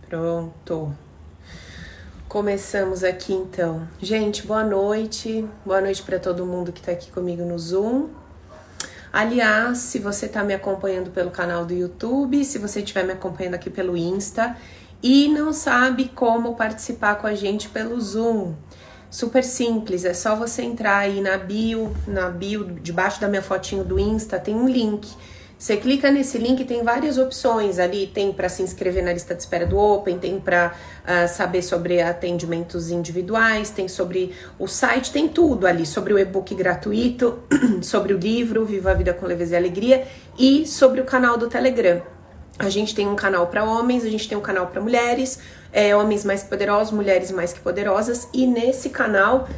Pronto. Começamos aqui então. Gente, boa noite. Boa noite para todo mundo que tá aqui comigo no Zoom. Aliás, se você tá me acompanhando pelo canal do YouTube, se você estiver me acompanhando aqui pelo Insta e não sabe como participar com a gente pelo Zoom, super simples, é só você entrar aí na bio, debaixo da minha fotinho do Insta, tem um link. Você clica nesse link, tem várias opções ali, tem para se inscrever na lista de espera do Open, tem para saber sobre atendimentos individuais, tem sobre o site, tem tudo ali, sobre o e-book gratuito, sobre o livro Viva a Vida com Leveza e Alegria e sobre o canal do Telegram. A gente tem um canal para homens, a gente tem um canal para mulheres, homens mais poderosos, mulheres mais que poderosas, e nesse canal,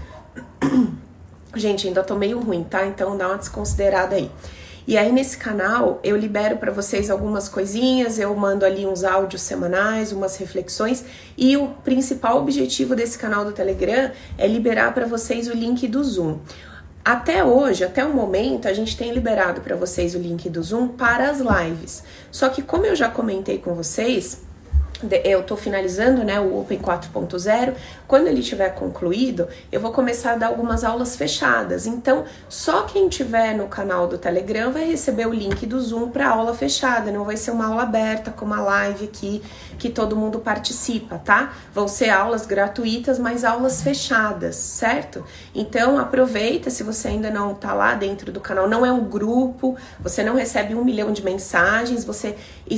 gente, ainda tô meio ruim, tá? Então dá uma desconsiderada aí. E aí nesse canal eu libero para vocês algumas coisinhas, eu mando ali uns áudios semanais, umas reflexões, e o principal objetivo desse canal do Telegram é liberar para vocês o link do Zoom. Até hoje, até o momento, a gente tem liberado para vocês o link do Zoom para as lives. Só que como eu já comentei com vocês, eu tô finalizando, né, o Open 4.0, quando ele tiver concluído, eu vou começar a dar algumas aulas fechadas. Então, só quem tiver no canal do Telegram vai receber o link do Zoom para aula fechada, não vai ser uma aula aberta como a live aqui, que todo mundo participa, tá? Vão ser aulas gratuitas, mas aulas fechadas, certo? Então, aproveita, se você ainda não tá lá dentro do canal, não é um grupo, você não recebe 1 milhão de mensagens, você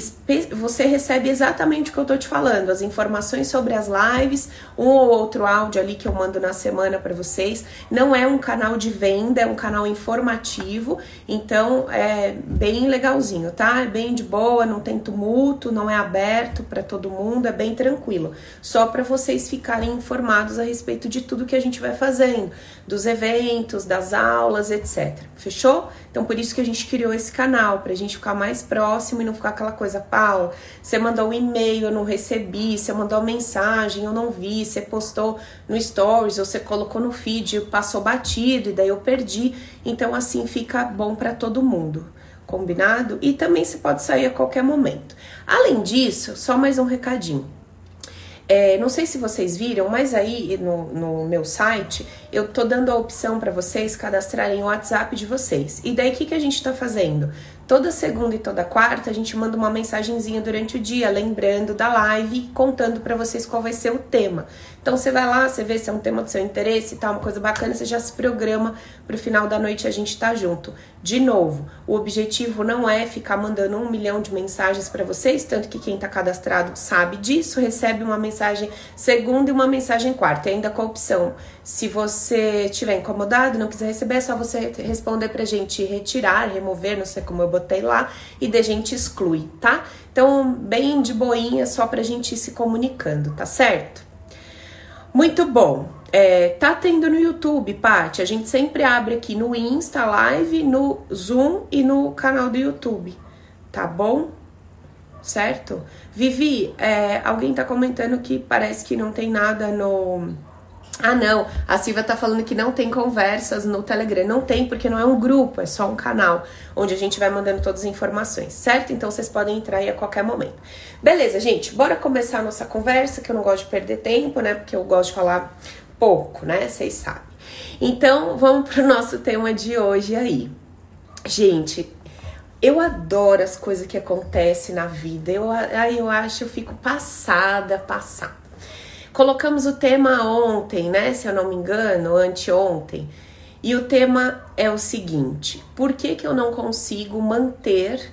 recebe exatamente o que eu tô te falando, as informações sobre as lives, um ou outro áudio ali que eu mando na semana para vocês. Não é um canal de venda, é um canal informativo, então é bem legalzinho, tá? É bem de boa, não tem tumulto, não é aberto para todo mundo, é bem tranquilo. Só para vocês ficarem informados a respeito de tudo que a gente vai fazendo, dos eventos, das aulas, etc. Fechou? Então por isso que a gente criou esse canal, pra gente ficar mais próximo e não ficar aquela coisa, Paula, você mandou um e-mail, eu não recebi, você mandou uma mensagem, eu não vi, você postou no Stories, ou você colocou no feed, passou batido e daí eu perdi. Então assim fica bom pra todo mundo, combinado? E também você pode sair a qualquer momento. Além disso, só mais um recadinho. Não sei se vocês viram, mas aí no meu site eu tô dando a opção para vocês cadastrarem o WhatsApp de vocês. E daí o que a gente tá fazendo? Toda segunda e toda quarta a gente manda uma mensagenzinha durante o dia, lembrando da live e contando para vocês qual vai ser o tema. Então você vai lá, você vê se é um tema do seu interesse e tal, uma coisa bacana, você já se programa pro final da noite a gente tá junto. De novo, o objetivo não é ficar mandando 1 milhão de mensagens para vocês, tanto que quem tá cadastrado sabe disso, recebe uma mensagem segunda e uma mensagem quarta, e ainda com a opção, se você estiver incomodado, não quiser receber, é só você responder pra gente retirar, remover, não sei como eu botei lá, e de gente exclui, tá? Então, bem de boinha, só pra gente ir se comunicando, tá certo? Muito bom. Tá tendo no YouTube, Paty, a gente sempre abre aqui no Insta Live, no Zoom e no canal do YouTube, tá bom? Certo? Vivi, alguém tá comentando que parece que não tem nada no... Ah, não, a Silvia tá falando que não tem conversas no Telegram. Não tem, porque não é um grupo, é só um canal, onde a gente vai mandando todas as informações, certo? Então vocês podem entrar aí a qualquer momento. Beleza, gente, bora começar a nossa conversa, que eu não gosto de perder tempo, né? Porque eu gosto de falar pouco, né? Vocês sabem. Então, vamos pro nosso tema de hoje aí. Gente, eu adoro as coisas que acontecem na vida. Eu fico passada. Colocamos o tema ontem, né? Se eu não me engano, anteontem. E o tema é o seguinte: por que eu não consigo manter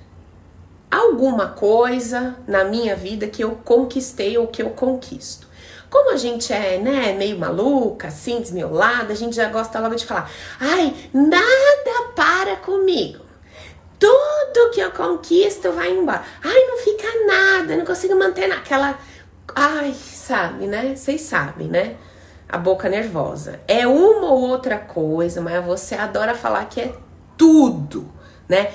alguma coisa na minha vida que eu conquistei ou que eu conquisto? Como a gente é, né, meio maluca, assim, desmiolada, a gente já gosta logo de falar: ai, nada para comigo. Tudo que eu conquisto vai embora. Ai, não fica nada, não consigo manter naquela... Ai, sabe, né? Vocês sabem, né? A boca nervosa. É uma ou outra coisa, mas você adora falar que é tudo, né?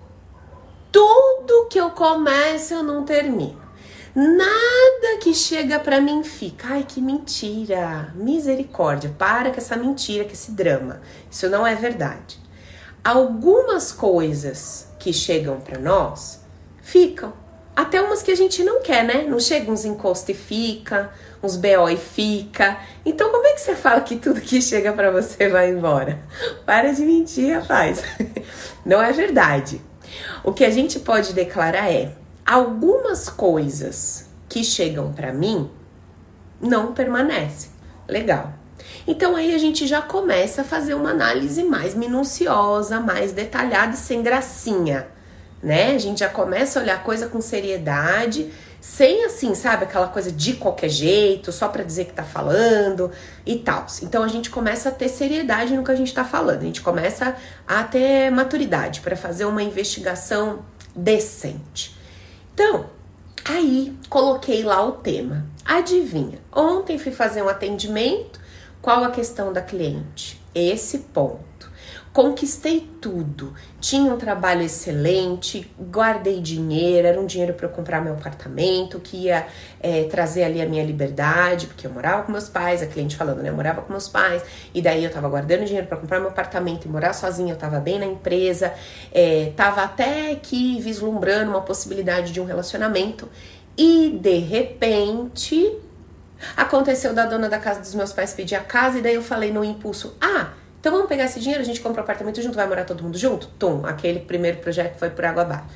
Tudo que eu começo eu não termino. Nada que chega pra mim fica. Ai, que mentira. Misericórdia. Para com essa mentira, com esse drama. Isso não é verdade. Algumas coisas que chegam pra nós ficam. Até umas que a gente não quer, né? Não chega uns encostos e fica, uns BO e fica. Então como é que você fala que tudo que chega pra você vai embora? Para de mentir, rapaz. Não é verdade. O que a gente pode declarar é: algumas coisas que chegam pra mim não permanecem. Legal. Então aí a gente já começa a fazer uma análise mais minuciosa, mais detalhada e sem gracinha, né? A gente já começa a olhar a coisa com seriedade, sem assim, sabe, aquela coisa de qualquer jeito, só pra dizer que tá falando e tal. Então a gente começa a ter seriedade no que a gente tá falando, a gente começa a ter maturidade para fazer uma investigação decente. Então, aí coloquei lá o tema. Adivinha? Ontem fui fazer um atendimento. Qual a questão da cliente? Esse ponto. Conquistei tudo. Tinha um trabalho excelente, guardei dinheiro, era um dinheiro para eu comprar meu apartamento, que ia trazer ali a minha liberdade, porque eu morava com meus pais, a cliente falando, né? Eu morava com meus pais, e daí eu tava guardando dinheiro para comprar meu apartamento e morar sozinha, eu tava bem na empresa, tava até que vislumbrando uma possibilidade de um relacionamento, e de repente aconteceu da dona da casa dos meus pais pedir a casa, e daí eu falei no impulso, então vamos pegar esse dinheiro, a gente compra um apartamento junto, vai morar todo mundo junto? Tum, aquele primeiro projeto foi por água abaixo.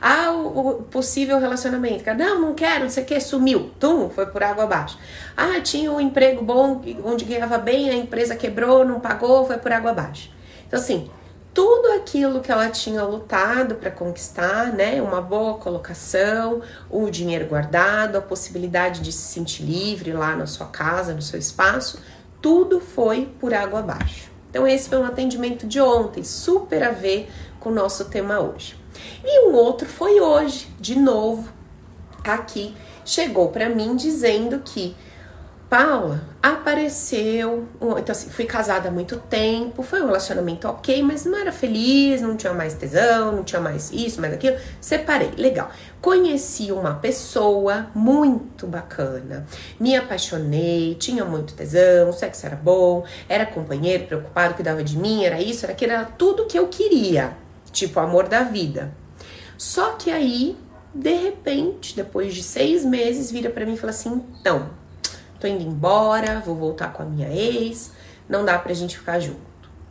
O possível relacionamento, cara, não quero, não sei o que, sumiu. Tum, foi por água abaixo. Tinha um emprego bom, onde ganhava bem, a empresa quebrou, não pagou, foi por água abaixo. Então assim, tudo aquilo que ela tinha lutado para conquistar, né, uma boa colocação, o dinheiro guardado, a possibilidade de se sentir livre lá na sua casa, no seu espaço, tudo foi por água abaixo. Então esse foi um atendimento de ontem, super a ver com o nosso tema hoje. E um outro foi hoje, de novo, aqui, chegou para mim dizendo que Paula, apareceu, então assim, fui casada há muito tempo, foi um relacionamento ok, mas não era feliz, não tinha mais tesão, não tinha mais isso, mais aquilo, separei, legal. Conheci uma pessoa muito bacana, me apaixonei, tinha muito tesão, o sexo era bom, era companheiro, preocupado, cuidava de mim, era isso, era aquilo, era tudo que eu queria, tipo amor da vida. Só que aí, de repente, depois de 6 meses, vira pra mim e fala assim, então, tô indo embora, vou voltar com a minha ex, não dá pra gente ficar junto.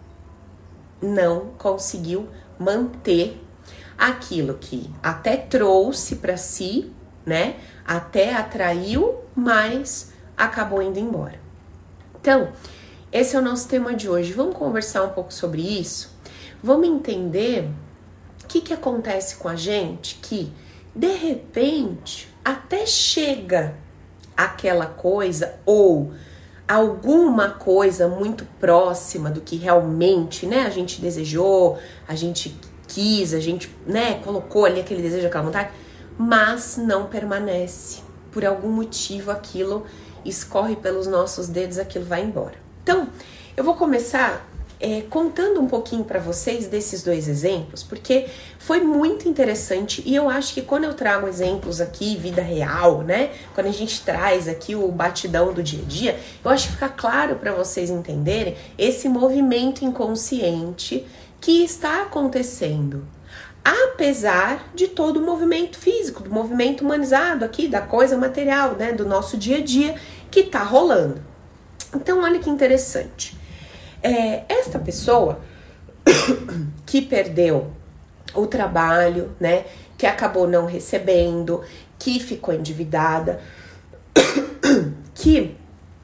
Não conseguiu manter aquilo que até trouxe pra si, né? Até atraiu, mas acabou indo embora. Então, esse é o nosso tema de hoje. Vamos conversar um pouco sobre isso? Vamos entender o que acontece com a gente que, de repente, até chega aquela coisa ou alguma coisa muito próxima do que realmente, né, a gente desejou, a gente quis, a gente, né, colocou ali aquele desejo, aquela vontade, mas não permanece. Por algum motivo aquilo escorre pelos nossos dedos, aquilo vai embora. Então, eu vou começar contando um pouquinho para vocês desses 2 exemplos, porque foi muito interessante e eu acho que quando eu trago exemplos aqui, vida real, né, quando a gente traz aqui o batidão do dia a dia, eu acho que fica claro para vocês entenderem esse movimento inconsciente que está acontecendo, apesar de todo o movimento físico, do movimento humanizado aqui, da coisa material, né, do nosso dia a dia que tá rolando. Então, olha que interessante. Esta pessoa que perdeu o trabalho, né, que acabou não recebendo, que ficou endividada, que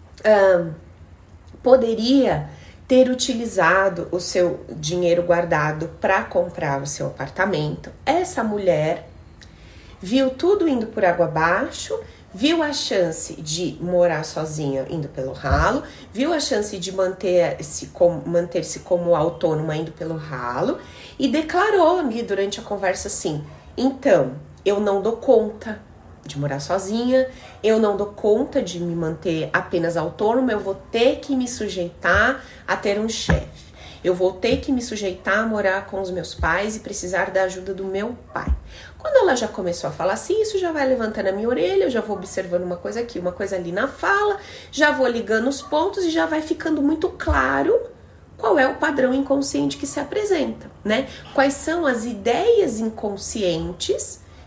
poderia ter utilizado o seu dinheiro guardado para comprar o seu apartamento. Essa mulher viu tudo indo por água abaixo, viu a chance de morar sozinha indo pelo ralo, viu a chance de manter-se como autônoma indo pelo ralo e declarou ali durante a conversa assim, então, eu não dou conta de morar sozinha, eu não dou conta de me manter apenas autônoma, eu vou ter que me sujeitar a ter um chefe. Eu vou ter que me sujeitar a morar com os meus pais e precisar da ajuda do meu pai. Quando ela já começou a falar assim, isso já vai levantando a minha orelha, eu já vou observando uma coisa aqui, uma coisa ali na fala, já vou ligando os pontos e já vai ficando muito claro qual é o padrão inconsciente que se apresenta, né? Quais são as ideias inconscientes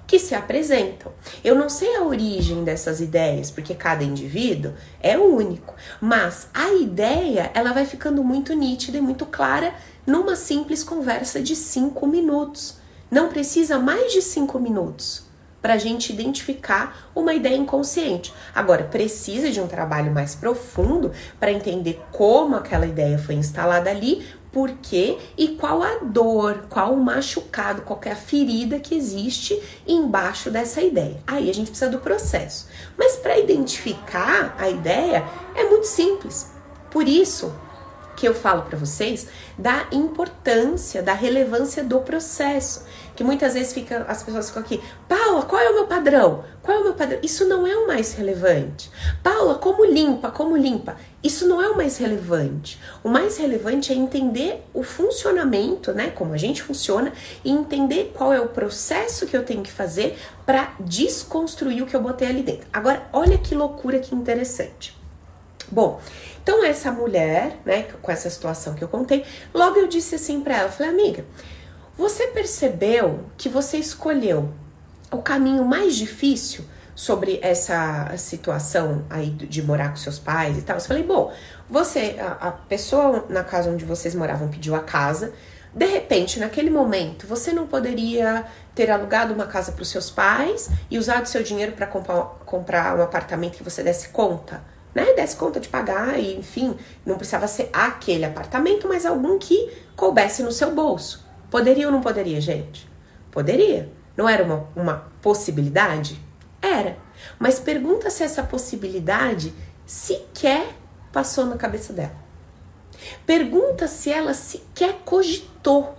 que se apresentam. Eu não sei a origem dessas ideias, porque cada indivíduo é único, mas a ideia, ela vai ficando muito nítida e muito clara numa simples conversa de 5 minutos. Não precisa mais de 5 minutos para a gente identificar uma ideia inconsciente. Agora, precisa de um trabalho mais profundo para entender como aquela ideia foi instalada ali, por quê e qual a dor, qual o machucado, qual é a ferida que existe embaixo dessa ideia. Aí a gente precisa do processo. Mas para identificar a ideia é muito simples. Por isso que eu falo para vocês da importância, da relevância do processo. Que muitas vezes as pessoas ficam aqui, Paula, qual é o meu padrão? Qual é o meu padrão? Isso não é o mais relevante. Paula, como limpa? Como limpa? Isso não é o mais relevante. O mais relevante é entender o funcionamento, né? Como a gente funciona e entender qual é o processo que eu tenho que fazer para desconstruir o que eu botei ali dentro. Agora, olha que loucura, que interessante. Bom, então essa mulher, né, com essa situação que eu contei, logo eu disse assim pra ela, eu falei, amiga, você percebeu que você escolheu o caminho mais difícil sobre essa situação aí de morar com seus pais e tal? Eu falei, bom, a pessoa na casa onde vocês moravam pediu a casa, de repente, naquele momento, você não poderia ter alugado uma casa para os seus pais e usado seu dinheiro para comprar um apartamento que você desse conta? Né, desse conta de pagar e, enfim, não precisava ser aquele apartamento, mas algum que coubesse no seu bolso. Poderia ou não poderia, gente? Poderia. Não era uma possibilidade? Era. Mas pergunta se essa possibilidade sequer passou na cabeça dela. Pergunta se ela sequer cogitou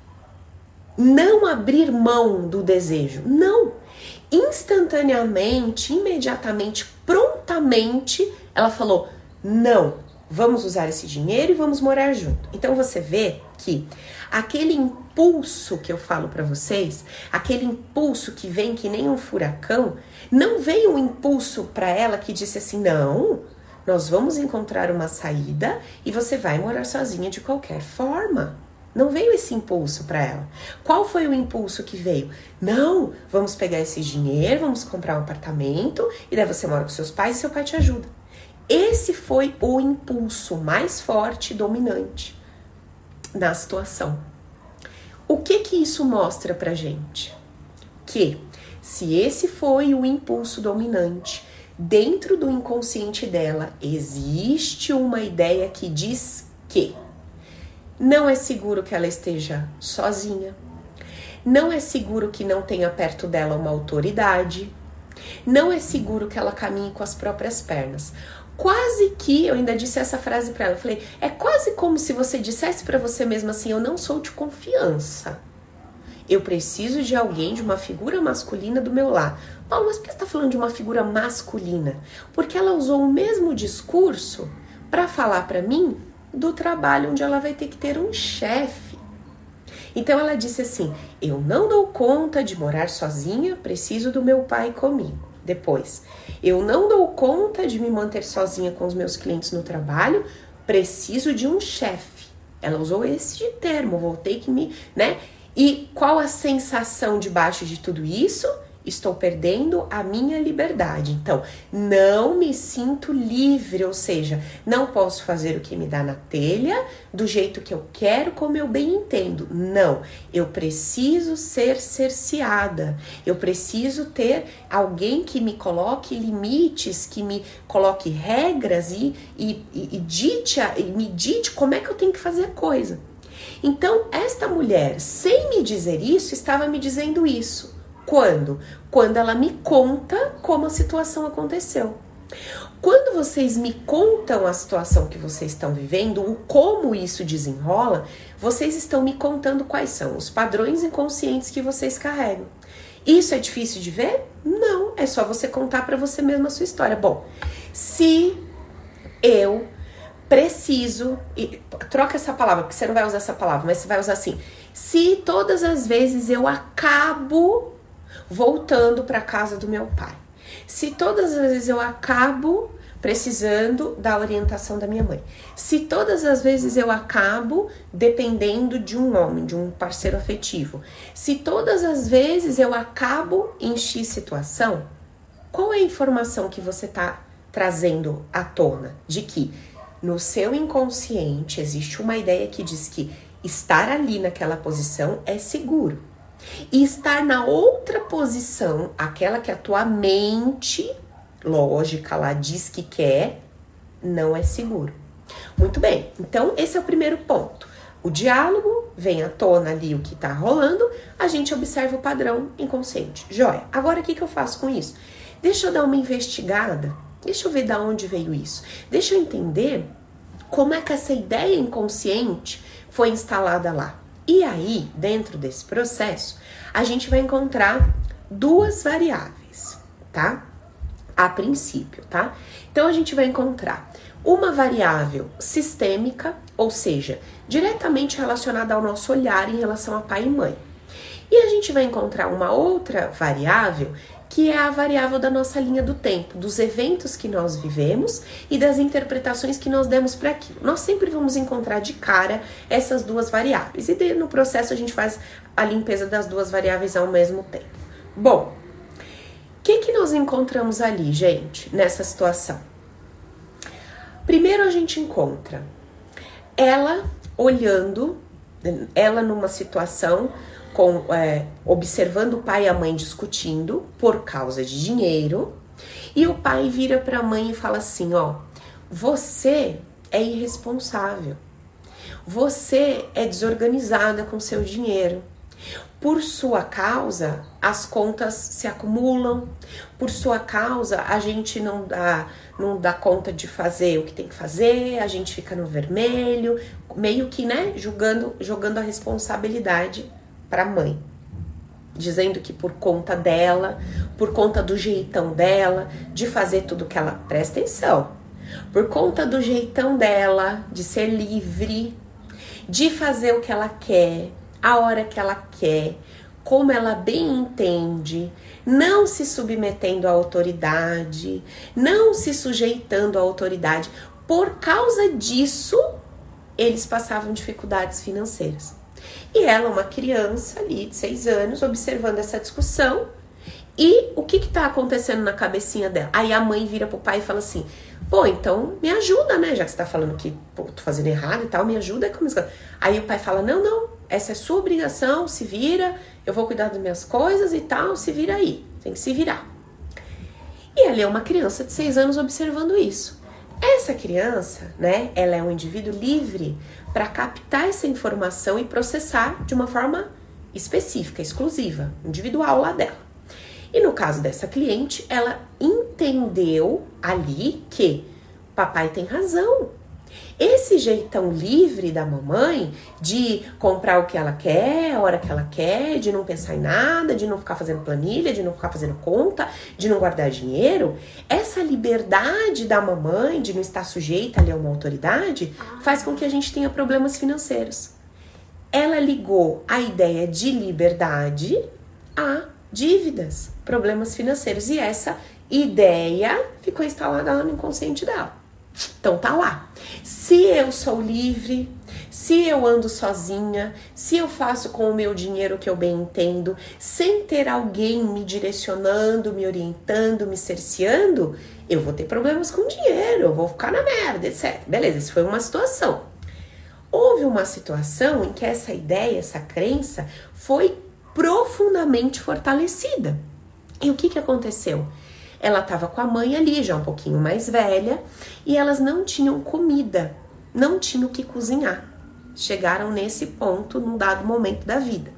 não abrir mão do desejo. Não. Instantaneamente, imediatamente, prontamente, ela falou, não, vamos usar esse dinheiro e vamos morar junto. Então você vê que aquele impulso que eu falo para vocês, aquele impulso que vem que nem um furacão, não veio um impulso para ela que disse assim, não, nós vamos encontrar uma saída e você vai morar sozinha de qualquer forma. Não veio esse impulso para ela. Qual foi o impulso que veio? Não, vamos pegar esse dinheiro, vamos comprar um apartamento e daí você mora com seus pais e seu pai te ajuda. Esse foi o impulso mais forte e dominante na situação. O que isso mostra pra gente? Que se esse foi o impulso dominante, dentro do inconsciente dela existe uma ideia que diz que não é seguro que ela esteja sozinha, não é seguro que não tenha perto dela uma autoridade, não é seguro que ela caminhe com as próprias pernas. Quase que, eu ainda disse essa frase pra ela, eu falei, é quase como se você dissesse pra você mesma assim, eu não sou de confiança. Eu preciso de alguém, de uma figura masculina do meu lar. Paulo, mas por que você tá falando de uma figura masculina? Porque ela usou o mesmo discurso pra falar pra mim do trabalho onde ela vai ter que ter um chefe. Então ela disse assim, eu não dou conta de morar sozinha, preciso do meu pai comigo. Depois, eu não dou conta de me manter sozinha com os meus clientes no trabalho, preciso de um chefe. Ela usou esse termo, vou ter que me, né? E qual a sensação debaixo de tudo isso? Estou perdendo a minha liberdade. Então, não me sinto livre, ou seja, não posso fazer o que me dá na telha, do jeito que eu quero, como eu bem entendo. Não, eu preciso ser cerceada. Eu preciso ter alguém que me coloque limites, que me coloque regras e me dite como é que eu tenho que fazer a coisa. Então, esta mulher, sem me dizer isso, estava me dizendo isso. Quando? Quando ela me conta como a situação aconteceu. Quando vocês me contam a situação que vocês estão vivendo, o como isso desenrola, vocês estão me contando quais são os padrões inconscientes que vocês carregam. Isso é difícil de ver? Não, é só você contar para você mesma a sua história. Bom, se eu preciso, e troca essa palavra, porque você não vai usar essa palavra, mas você vai usar assim, se todas as vezes eu acabo voltando para casa do meu pai, se todas as vezes eu acabo precisando da orientação da minha mãe. Se todas as vezes eu acabo dependendo de um homem, de um parceiro afetivo, se todas as vezes eu acabo em X situação, qual é a informação que você está trazendo à tona? De que no seu inconsciente existe uma ideia que diz que estar ali naquela posição é seguro. E estar na outra posição, aquela que a tua mente lógica lá diz que quer, não é seguro. Muito bem, então esse é o primeiro ponto. O diálogo vem à tona ali o que está rolando, a gente observa o padrão inconsciente. Joia, agora o que eu faço com isso? Deixa eu dar uma investigada, deixa eu ver de onde veio isso. Deixa eu entender como é que essa ideia inconsciente foi instalada lá. E aí, dentro desse processo, a gente vai encontrar duas variáveis, tá? A princípio, tá? Então, a gente vai encontrar uma variável sistêmica, ou seja, diretamente relacionada ao nosso olhar em relação a pai e mãe. E a gente vai encontrar uma outra variável, que é a variável da nossa linha do tempo, dos eventos que nós vivemos e das interpretações que nós demos para aquilo. Nós sempre vamos encontrar de cara essas duas variáveis. E no processo a gente faz a limpeza das duas variáveis ao mesmo tempo. Bom, o que nós encontramos ali, gente, nessa situação? Primeiro a gente encontra ela olhando, ela numa situação observando o pai e a mãe discutindo por causa de dinheiro, e o pai vira para a mãe e fala assim, ó, você é irresponsável, você é desorganizada com seu dinheiro, por sua causa as contas se acumulam, por sua causa a gente não dá conta de fazer o que tem que fazer, a gente fica no vermelho, meio que, né, jogando a responsabilidade para a mãe, dizendo que por conta dela, por conta do jeitão dela, de fazer tudo que ela... Presta atenção. Por conta do jeitão dela, de ser livre, de fazer o que ela quer, a hora que ela quer, como ela bem entende, não se submetendo à autoridade, não se sujeitando à autoridade. Por causa disso, eles passavam dificuldades financeiras. E ela, uma criança ali de 6 anos, observando essa discussão. E o que tá acontecendo na cabecinha dela? Aí a mãe vira pro pai e fala assim, pô, então me ajuda, né? Já que você tá falando que, pô, tô fazendo errado e tal, me ajuda. Aí o pai fala, não, essa é sua obrigação, se vira, eu vou cuidar das minhas coisas e tal, se vira aí, tem que se virar. E ela é uma criança de 6 anos observando isso. Essa criança, né, ela é um indivíduo livre para captar essa informação e processar de uma forma específica, exclusiva, individual lá dela. E no caso dessa cliente, ela entendeu ali que papai tem razão. Esse jeitão livre da mamãe de comprar o que ela quer, a hora que ela quer, de não pensar em nada, de não ficar fazendo planilha, de não ficar fazendo conta, de não guardar dinheiro, essa liberdade da mamãe de não estar sujeita ali a uma autoridade faz com que a gente tenha problemas financeiros. Ela ligou a ideia de liberdade a dívidas, problemas financeiros, e essa ideia ficou instalada lá no inconsciente dela. Então tá lá. Se eu sou livre, se eu ando sozinha, se eu faço com o meu dinheiro o que eu bem entendo, sem ter alguém me direcionando, me orientando, me cerceando, eu vou ter problemas com dinheiro, eu vou ficar na merda, etc. Beleza, isso foi uma situação. Houve uma situação em que essa ideia, essa crença foi profundamente fortalecida. E o que aconteceu? Ela estava com a mãe ali, já um pouquinho mais velha, e elas não tinham comida, não tinham o que cozinhar. Chegaram nesse ponto num dado momento da vida.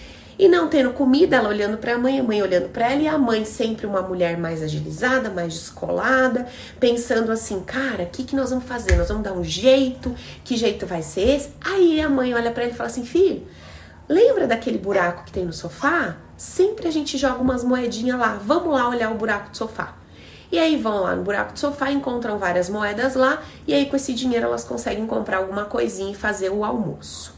E não tendo comida, ela olhando para a mãe olhando para ela, e a mãe sempre uma mulher mais agilizada, mais descolada, pensando assim, cara, o que nós vamos fazer? Nós vamos dar um jeito, que jeito vai ser esse? Aí a mãe olha para ele e fala assim, filho, lembra daquele buraco que tem no sofá? Sempre a gente joga umas moedinhas lá, vamos lá olhar o buraco do sofá. E aí vão lá no buraco do sofá, encontram várias moedas lá, e aí com esse dinheiro elas conseguem comprar alguma coisinha e fazer o almoço.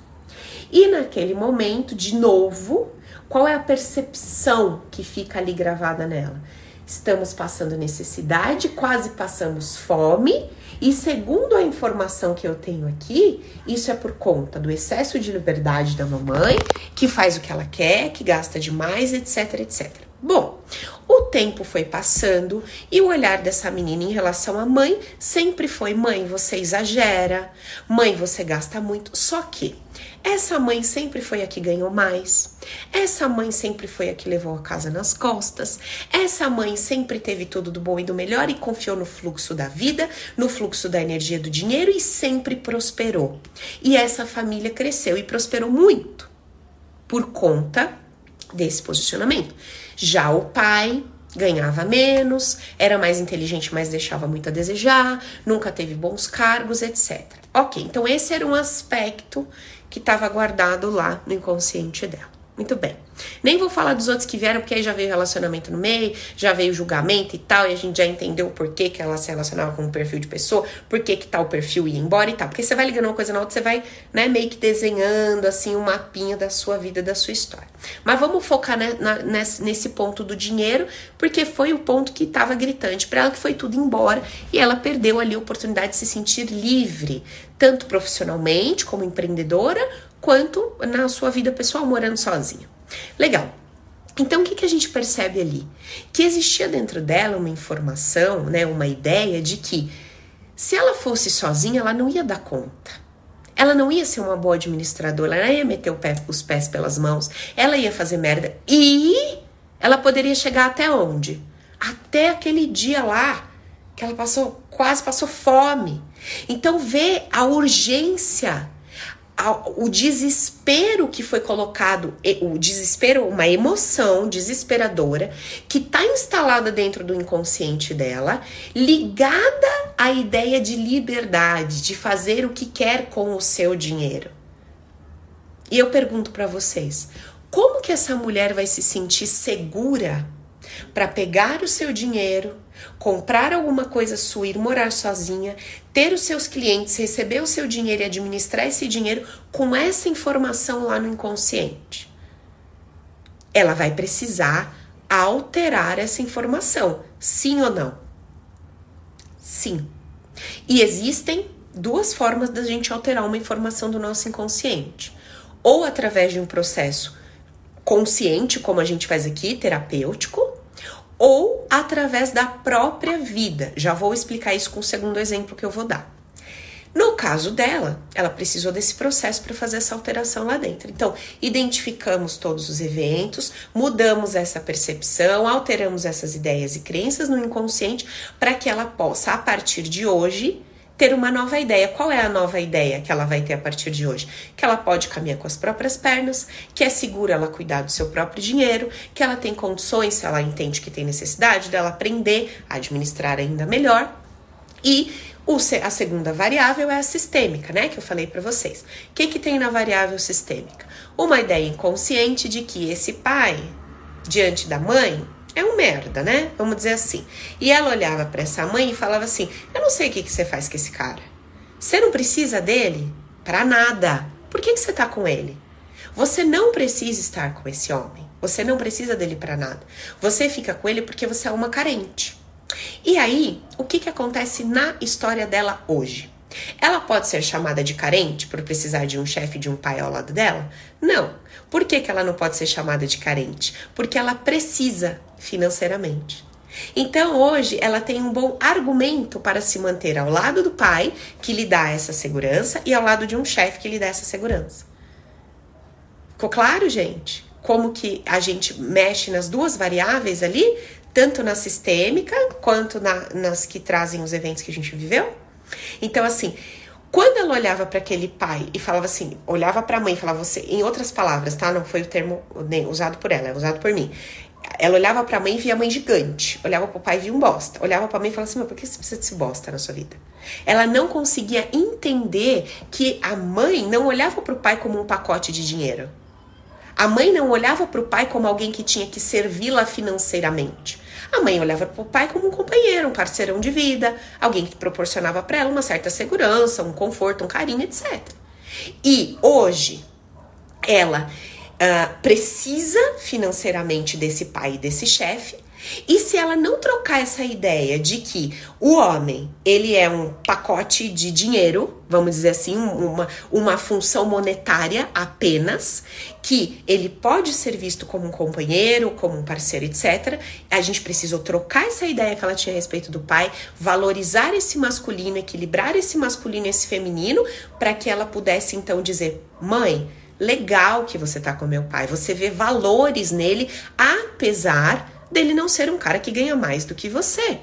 E naquele momento, de novo, qual é a percepção que fica ali gravada nela? estamos passando necessidade, quase passamos fome, e segundo a informação que eu tenho aqui, isso é por conta do excesso de liberdade da mamãe, que faz o que ela quer, que gasta demais, etc, etc. Bom, o tempo foi passando e o olhar dessa menina em relação à mãe sempre foi: mãe, você exagera, mãe, você gasta muito. Só que essa mãe sempre foi a que ganhou mais, essa mãe sempre foi a que levou a casa nas costas, essa mãe sempre teve tudo do bom e do melhor e confiou no fluxo da vida, no fluxo da energia do dinheiro e sempre prosperou. E essa família cresceu e prosperou muito por conta desse posicionamento. Já o pai ganhava menos, era mais inteligente, mas deixava muito a desejar, nunca teve bons cargos, etc. Ok, então esse era um aspecto que estava guardado lá no inconsciente dela. Muito bem. Nem vou falar dos outros que vieram, porque aí já veio relacionamento no meio, já veio julgamento e tal, e a gente já entendeu o porquê que ela se relacionava com um perfil de pessoa, por que tal perfil ia embora e tal. Porque você vai ligando uma coisa na outra, você vai, né, meio que desenhando, assim, um mapinha da sua vida, da sua história. Mas vamos focar, né, nesse ponto do dinheiro, porque foi o ponto que estava gritante para ela, que foi tudo embora, e ela perdeu ali a oportunidade de se sentir livre, tanto profissionalmente, como empreendedora, quanto na sua vida pessoal, morando sozinha. Legal. Então, o que a gente percebe ali? Que existia dentro dela uma informação, né, uma ideia de que se ela fosse sozinha, ela não ia dar conta. Ela não ia ser uma boa administradora, ela ia meter os pés pelas mãos, ela ia fazer merda e ela poderia chegar até onde? Até aquele dia lá que ela quase passou fome. Então, vê a urgência, o desespero que foi colocado, o desespero, uma emoção desesperadora que está instalada dentro do inconsciente dela, ligada à ideia de liberdade, de fazer o que quer com o seu dinheiro. E eu pergunto para vocês, como que essa mulher vai se sentir segura para pegar o seu dinheiro, comprar alguma coisa sua, ir morar sozinha, ter os seus clientes, receber o seu dinheiro e administrar esse dinheiro com essa informação lá no inconsciente? Ela vai precisar alterar essa informação, sim ou não? Sim. E existem duas formas da gente alterar uma informação do nosso inconsciente. Ou através de um processo consciente, como a gente faz aqui, terapêutico, ou através da própria vida. Já vou explicar isso com o segundo exemplo que eu vou dar. No caso dela, ela precisou desse processo para fazer essa alteração lá dentro. Então, identificamos todos os eventos, mudamos essa percepção, alteramos essas ideias e crenças no inconsciente para que ela possa, a partir de hoje, ter uma nova ideia. Qual é a nova ideia que ela vai ter a partir de hoje? Que ela pode caminhar com as próprias pernas, que é seguro ela cuidar do seu próprio dinheiro, que ela tem condições, se ela entende que tem necessidade, dela aprender a administrar ainda melhor. E a segunda variável é a sistêmica, né? Que eu falei para vocês. O que tem na variável sistêmica? Uma ideia inconsciente de que esse pai, diante da mãe, é um merda, né? Vamos dizer assim. E ela olhava para essa mãe e falava assim: eu não sei o que você faz com esse cara. Você não precisa dele para nada. Por que você tá com ele? Você não precisa estar com esse homem. Você não precisa dele para nada. Você fica com ele porque você é uma carente. E aí, o que acontece na história dela hoje? Ela pode ser chamada de carente por precisar de um chefe, de um pai ao lado dela? Não. Por que ela não pode ser chamada de carente? Porque ela precisa financeiramente. Então, hoje, ela tem um bom argumento para se manter ao lado do pai, que lhe dá essa segurança, e ao lado de um chefe que lhe dá essa segurança. Ficou claro, gente? Como que a gente mexe nas duas variáveis ali, tanto na sistêmica, quanto nas que trazem os eventos que a gente viveu? Então, assim, quando ela olhava para aquele pai e falava assim, olhava para a mãe e falava você, em outras palavras, tá? Não foi o termo usado por ela, é usado por mim. Ela olhava pra mãe e via a mãe gigante. Olhava pro pai e via um bosta. Olhava pra mãe e falava assim, por que você precisa desse bosta na sua vida? Ela não conseguia entender que a mãe não olhava pro pai como um pacote de dinheiro. A mãe não olhava pro pai como alguém que tinha que servi-la financeiramente. A mãe olhava pro pai como um companheiro, um parceirão de vida, alguém que proporcionava pra ela uma certa segurança, um conforto, um carinho, etc. E hoje, ela precisa financeiramente desse pai e desse chefe, E se ela não trocar essa ideia de que o homem, ele é um pacote de dinheiro, vamos dizer assim, uma função monetária apenas, que ele pode ser visto como um companheiro, como um parceiro, etc. A gente precisou trocar essa ideia que ela tinha a respeito do pai, valorizar esse masculino, equilibrar esse masculino e esse feminino, para que ela pudesse então dizer: mãe, legal que você tá com meu pai, você vê valores nele, apesar dele não ser um cara que ganha mais do que você,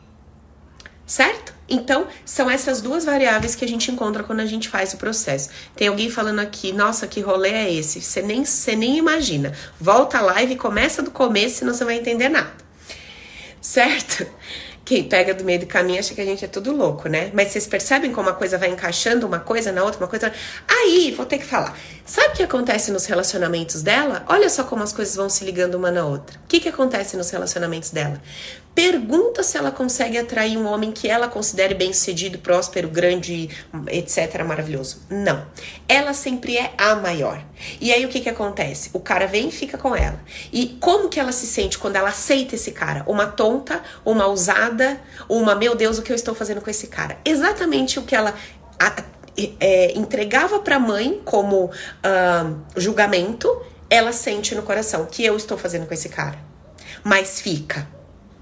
certo? Então, são essas duas variáveis que a gente encontra quando a gente faz o processo. Tem alguém falando aqui: nossa, que rolê é esse? Você nem imagina. Volta a live e começa do começo, senão você vai entender nada, certo? Quem pega do meio do caminho acha que a gente é tudo louco, né? Mas vocês percebem como a coisa vai encaixando uma coisa na outra, uma coisa... Aí, vou ter que falar. Sabe o que acontece nos relacionamentos dela? Olha só como as coisas vão se ligando uma na outra. O que acontece nos relacionamentos dela? Pergunta se ela consegue atrair um homem que ela considere bem-sucedido, próspero, grande, etc, maravilhoso. Não. Ela sempre é a maior. E aí o que acontece? O cara vem e fica com ela. E como que ela se sente quando ela aceita esse cara? Uma tonta, uma ousada, uma, meu Deus, o que eu estou fazendo com esse cara? Exatamente o que ela entregava pra mãe como julgamento, ela sente no coração: que eu estou fazendo com esse cara? Mas fica.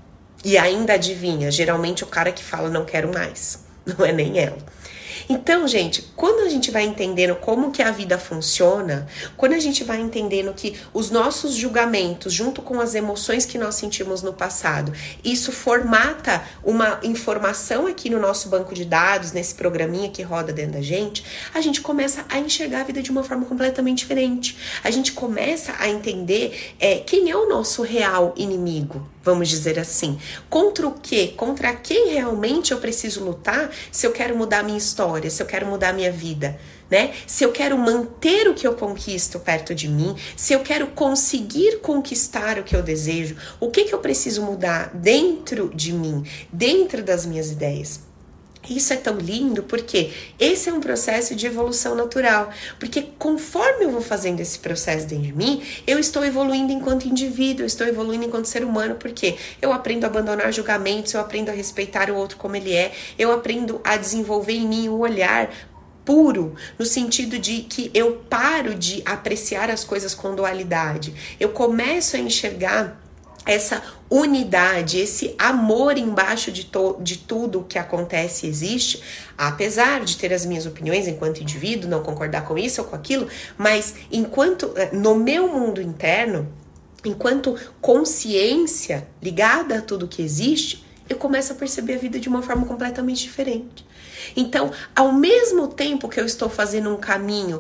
E ainda adivinha, geralmente o cara que fala não quero mais, não é nem ela. Então, gente, quando a gente vai entendendo como que a vida funciona, quando a gente vai entendendo que os nossos julgamentos, junto com as emoções que nós sentimos no passado, isso formata uma informação aqui no nosso banco de dados, nesse programinha que roda dentro da gente, a gente começa a enxergar a vida de uma forma completamente diferente. A gente começa a entender quem é o nosso real inimigo, vamos dizer assim. Contra o quê? Contra quem realmente eu preciso lutar se eu quero mudar a minha história, se eu quero mudar a minha vida, né? Se eu quero manter o que eu conquisto perto de mim, se eu quero conseguir conquistar o que eu desejo, o que eu preciso mudar dentro de mim, dentro das minhas ideias. Isso é tão lindo porque esse é um processo de evolução natural, porque conforme eu vou fazendo esse processo dentro de mim, eu estou evoluindo enquanto indivíduo, eu estou evoluindo enquanto ser humano, porque eu aprendo a abandonar julgamentos, eu aprendo a respeitar o outro como ele é, eu aprendo a desenvolver em mim um olhar puro, no sentido de que eu paro de apreciar as coisas com dualidade, eu começo a enxergar essa unidade, esse amor embaixo de tudo que acontece e existe, apesar de ter as minhas opiniões enquanto indivíduo, não concordar com isso ou com aquilo, mas enquanto no meu mundo interno, enquanto consciência ligada a tudo que existe, eu começo a perceber a vida de uma forma completamente diferente. Então, ao mesmo tempo que eu estou fazendo um caminho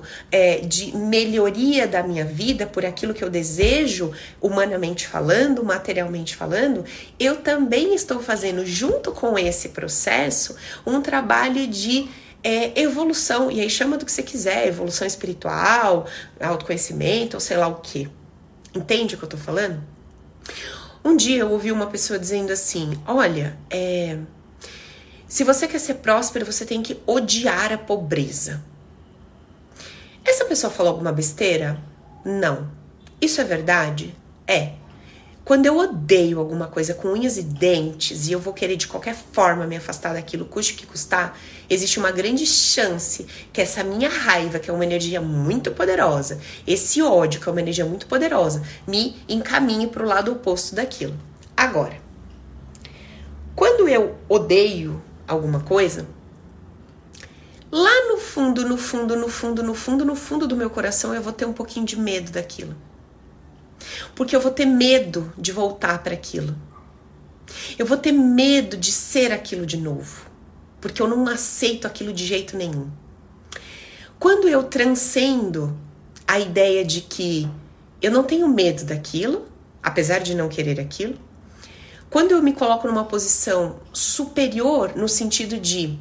de melhoria da minha vida por aquilo que eu desejo, humanamente falando, materialmente falando, eu também estou fazendo, junto com esse processo, um trabalho de evolução. E aí chama do que você quiser, evolução espiritual, autoconhecimento, ou sei lá o quê. Entende o que eu tô falando? Um dia eu ouvi uma pessoa dizendo assim: olha, se você quer ser próspero, você tem que odiar a pobreza. Essa pessoa falou alguma besteira? Não. Isso é verdade? É. Quando eu odeio alguma coisa com unhas e dentes e eu vou querer de qualquer forma me afastar daquilo, custe o que custar, existe uma grande chance que essa minha raiva, que é uma energia muito poderosa, esse ódio, que é uma energia muito poderosa, me encaminhe para o lado oposto daquilo. Agora, quando eu odeio alguma coisa, lá no fundo do meu coração, eu vou ter um pouquinho de medo daquilo. Porque eu vou ter medo de voltar para aquilo. Eu vou ter medo de ser aquilo de novo. Porque eu não aceito aquilo de jeito nenhum. Quando eu transcendo a ideia de que eu não tenho medo daquilo, apesar de não querer aquilo, quando eu me coloco numa posição superior, no sentido de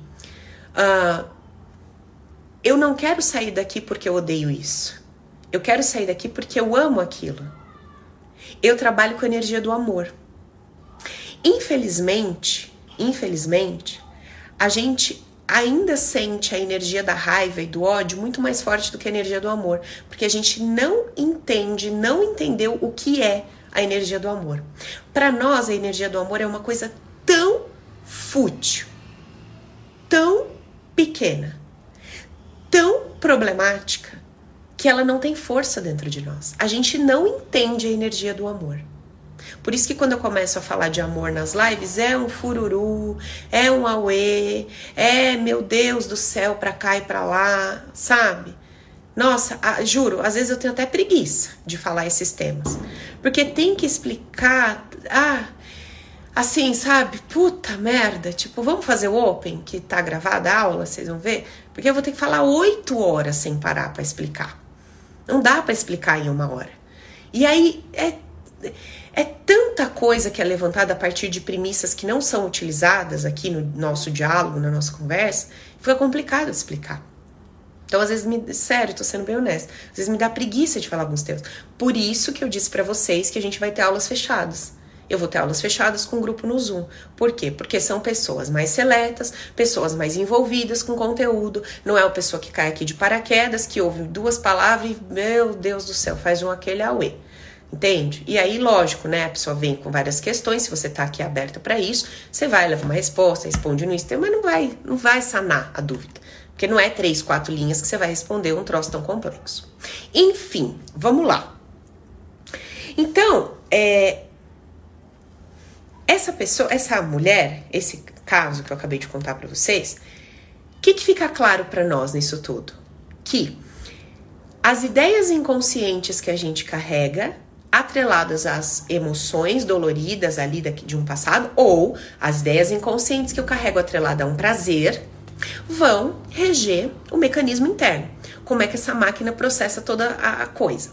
eu não quero sair daqui porque eu odeio isso. Eu quero sair daqui porque eu amo aquilo. Eu trabalho com a energia do amor. Infelizmente, a gente ainda sente a energia da raiva e do ódio muito mais forte do que a energia do amor, porque a gente não entendeu o que é a energia do amor. Para nós, a energia do amor é uma coisa tão fútil, tão pequena, tão problemática, que ela não tem força dentro de nós. A gente não entende a energia do amor. Por isso que quando eu começo a falar de amor nas lives, é um fururu, é um auê, é meu Deus do céu, pra cá e pra lá, sabe? Nossa, juro, às vezes eu tenho até preguiça de falar esses temas. Porque tem que explicar, assim, sabe? Puta merda, tipo, vamos fazer o open, que tá gravada a aula, vocês vão ver? Porque eu vou ter que falar 8 horas sem parar pra explicar. Não dá pra explicar em 1 hora. E aí, é tanta coisa que é levantada a partir de premissas que não são utilizadas aqui no nosso diálogo, na nossa conversa, fica complicado de explicar. Então, às vezes, sério, tô sendo bem honesta, às vezes me dá preguiça de falar alguns temas. Por isso que eu disse pra vocês que a gente vai ter aulas fechadas. Eu vou ter aulas fechadas com um grupo no Zoom. Por quê? Porque são pessoas mais seletas, pessoas mais envolvidas com conteúdo. Não é uma pessoa que cai aqui de paraquedas, que ouve 2 palavras e, meu Deus do céu, faz aquele auê. Entende? E aí, lógico, né? A pessoa vem com várias questões. Se você tá aqui aberta para isso, você vai, leva uma resposta, responde no Instagram, mas não vai sanar a dúvida. Porque não é 3, 4 linhas que você vai responder um troço tão complexo. Enfim, vamos lá. Então, essa mulher, esse caso que eu acabei de contar para vocês, o que fica claro para nós nisso tudo? Que as ideias inconscientes que a gente carrega, atreladas às emoções doloridas ali de um passado, ou as ideias inconscientes que eu carrego atrelada a um prazer, vão reger o mecanismo interno. Como é que essa máquina processa toda a coisa.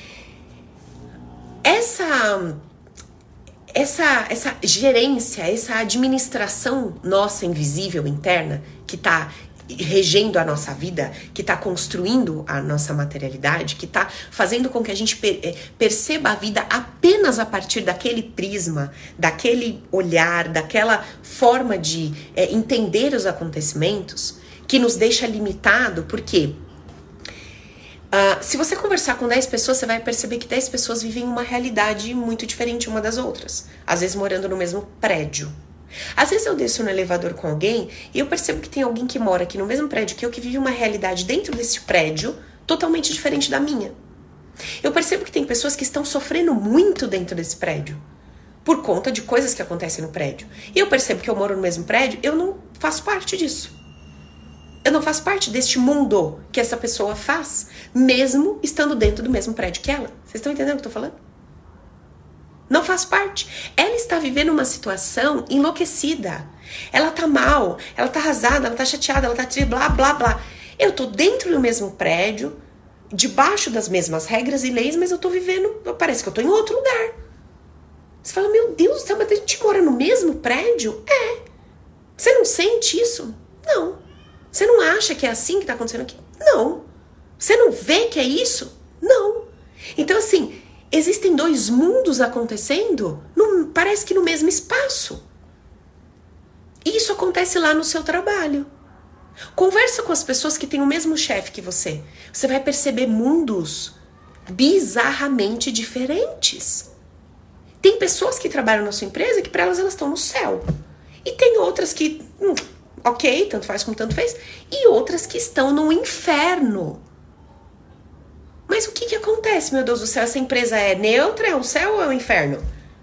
Essa gerência, essa administração nossa invisível interna, que está regendo a nossa vida, que está construindo a nossa materialidade, que está fazendo com que a gente perceba a vida apenas a partir daquele prisma, daquele olhar, daquela forma de entender os acontecimentos, que nos deixa limitado, porque se você conversar com 10 pessoas, você vai perceber que 10 pessoas vivem uma realidade muito diferente uma das outras, às vezes morando no mesmo prédio. Às vezes eu desço no elevador com alguém e eu percebo que tem alguém que mora aqui no mesmo prédio que eu, que vive uma realidade dentro desse prédio totalmente diferente da minha. Eu percebo que tem pessoas que estão sofrendo muito dentro desse prédio por conta de coisas que acontecem no prédio. E eu percebo que eu moro no mesmo prédio, eu não faço parte disso. Eu não faço parte deste mundo que essa pessoa faz, mesmo estando dentro do mesmo prédio que ela. Vocês estão entendendo o que eu tô falando? Não faz parte. Ela está vivendo uma situação enlouquecida. Ela tá mal, ela tá arrasada, ela tá chateada, ela tá blá, blá, blá. Eu tô dentro do mesmo prédio, debaixo das mesmas regras e leis, mas eu tô vivendo, parece que eu tô em outro lugar. Você fala, meu Deus, mas a gente mora no mesmo prédio? Você não sente isso? Não. Você não acha que é assim que tá acontecendo aqui? Não. Você não vê que é isso? Não. Então, assim, existem 2 mundos acontecendo, parece que no mesmo espaço. E isso acontece lá no seu trabalho. Conversa com as pessoas que têm o mesmo chefe que você. Você vai perceber mundos bizarramente diferentes. Tem pessoas que trabalham na sua empresa que para elas estão no céu. E tem outras que, ok, tanto faz como tanto fez. E outras que estão no inferno. Mas o que acontece, meu Deus do céu? Essa empresa é neutra, é o céu ou é o inferno?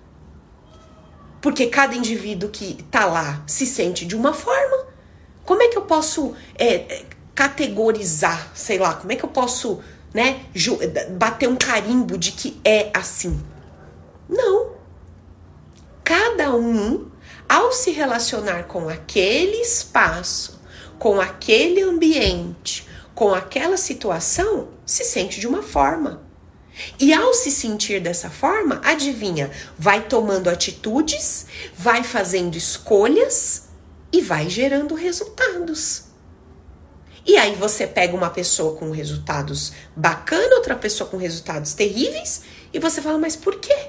Porque cada indivíduo que tá lá se sente de uma forma. Como é que eu posso categorizar, sei lá, como é que eu posso, bater um carimbo de que é assim? Não. Cada um, ao se relacionar com aquele espaço, com aquele ambiente, com aquela situação, se sente de uma forma. E ao se sentir dessa forma, adivinha, vai tomando atitudes, vai fazendo escolhas e vai gerando resultados. E aí você pega uma pessoa com resultados bacanas, outra pessoa com resultados terríveis, e você fala, mas por quê?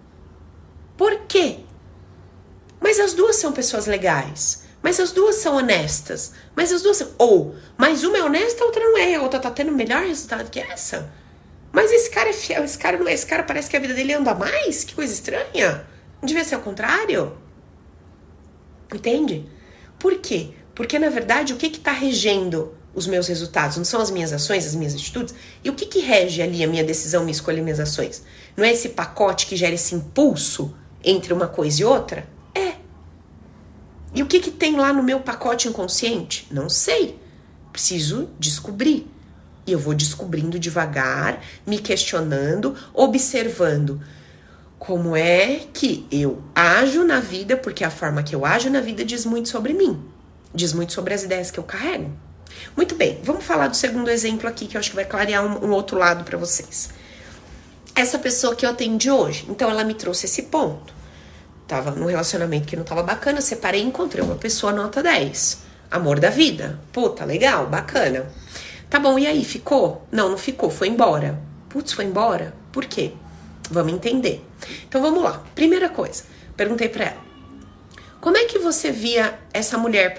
Por quê? Mas as duas são pessoas legais. Mas as duas são honestas. Mas as duas são... mas uma é honesta, a outra não é. A outra tá tendo melhor resultado que essa. Mas esse cara é fiel, esse cara não é, esse cara parece que a vida dele anda mais, que coisa estranha. Não devia ser ao contrário? Entende? Por quê? Porque, na verdade, o que está regendo os meus resultados? Não são as minhas ações, as minhas atitudes? E o que rege ali a minha decisão, minha escolha e minhas ações? Não é esse pacote que gera esse impulso entre uma coisa e outra? É. E o que tem lá no meu pacote inconsciente? Não sei. Preciso descobrir. E eu vou descobrindo devagar, me questionando, observando como é que eu ajo na vida, porque a forma que eu ajo na vida diz muito sobre mim. Diz muito sobre as ideias que eu carrego. Muito bem, vamos falar do segundo exemplo aqui, que eu acho que vai clarear um outro lado para vocês. Essa pessoa que eu atendi hoje, então ela me trouxe esse ponto. Tava num relacionamento que não tava bacana, separei e encontrei uma pessoa nota 10. Amor da vida. Puta, legal, bacana. Tá bom, e aí, ficou? Não ficou, foi embora. Putz, foi embora? Por quê? Vamos entender. Então vamos lá. Primeira coisa, perguntei pra ela. Como é que você via essa mulher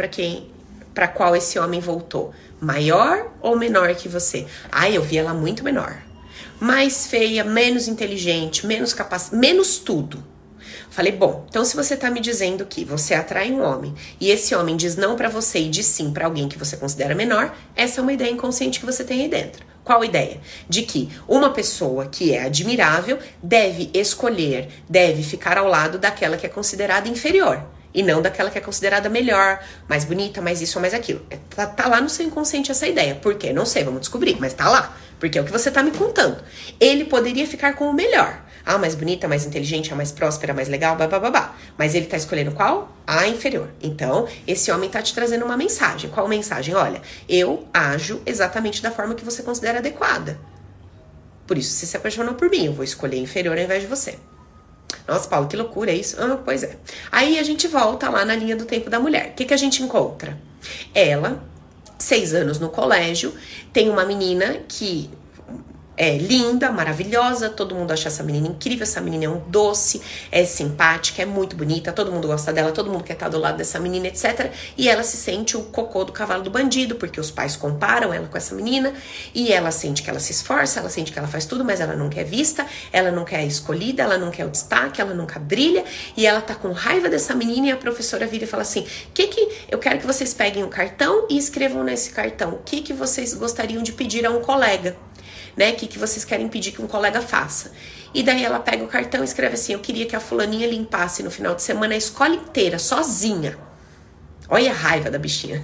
pra qual esse homem voltou? Maior ou menor que você? Eu vi ela muito menor. Mais feia, menos inteligente, menos capaz, menos tudo. Falei, bom, então se você tá me dizendo que você atrai um homem e esse homem diz não pra você e diz sim pra alguém que você considera menor, essa é uma ideia inconsciente que você tem aí dentro. Qual ideia? De que uma pessoa que é admirável deve escolher, deve ficar ao lado daquela que é considerada inferior e não daquela que é considerada melhor, mais bonita, mais isso ou mais aquilo. Tá lá no seu inconsciente essa ideia. Por quê? Não sei, vamos descobrir, mas tá lá. Porque é o que você tá me contando. Ele poderia ficar com o melhor. A mais bonita, mais inteligente, a mais próspera, a mais legal, babá. Mas ele tá escolhendo qual? A inferior. Então, esse homem tá te trazendo uma mensagem. Qual mensagem? Olha, eu ajo exatamente da forma que você considera adequada. Por isso você se apaixonou por mim. Eu vou escolher a inferior ao invés de você. Nossa, Paulo, que loucura, é isso? Pois é. Aí a gente volta lá na linha do tempo da mulher. O que a gente encontra? Ela, 6 anos no colégio, tem uma menina que é linda, maravilhosa, todo mundo acha essa menina incrível, essa menina é um doce, é simpática, é muito bonita, todo mundo gosta dela, todo mundo quer estar do lado dessa menina, etc. E ela se sente o cocô do cavalo do bandido, porque os pais comparam ela com essa menina, e ela sente que ela se esforça, ela sente que ela faz tudo, mas ela não quer vista, ela não quer a escolhida, ela não quer o destaque, ela nunca brilha, e ela tá com raiva dessa menina, e a professora vira e fala assim, eu quero que vocês peguem um cartão e escrevam nesse cartão, o que vocês gostariam de pedir a um colega? Né, que vocês querem pedir que um colega faça. E daí ela pega o cartão e escreve assim, eu queria que a fulaninha limpasse no final de semana a escola inteira, sozinha. Olha a raiva da bichinha.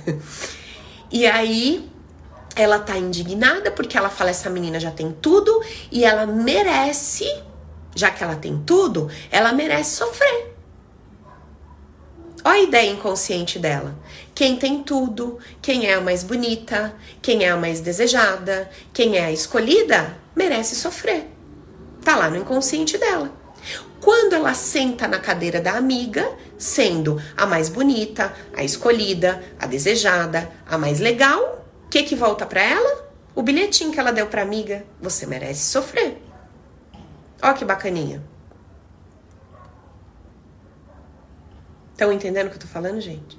E aí ela tá indignada porque ela fala, essa menina já tem tudo e ela merece, já que ela tem tudo, ela merece sofrer. Olha a ideia inconsciente dela. Quem tem tudo, quem é a mais bonita, quem é a mais desejada, quem é a escolhida, merece sofrer. Tá lá no inconsciente dela. Quando ela senta na cadeira da amiga, sendo a mais bonita, a escolhida, a desejada, a mais legal, o que volta pra ela? O bilhetinho que ela deu pra amiga. Você merece sofrer. Ó que bacaninha. Estão entendendo o que eu tô falando, gente?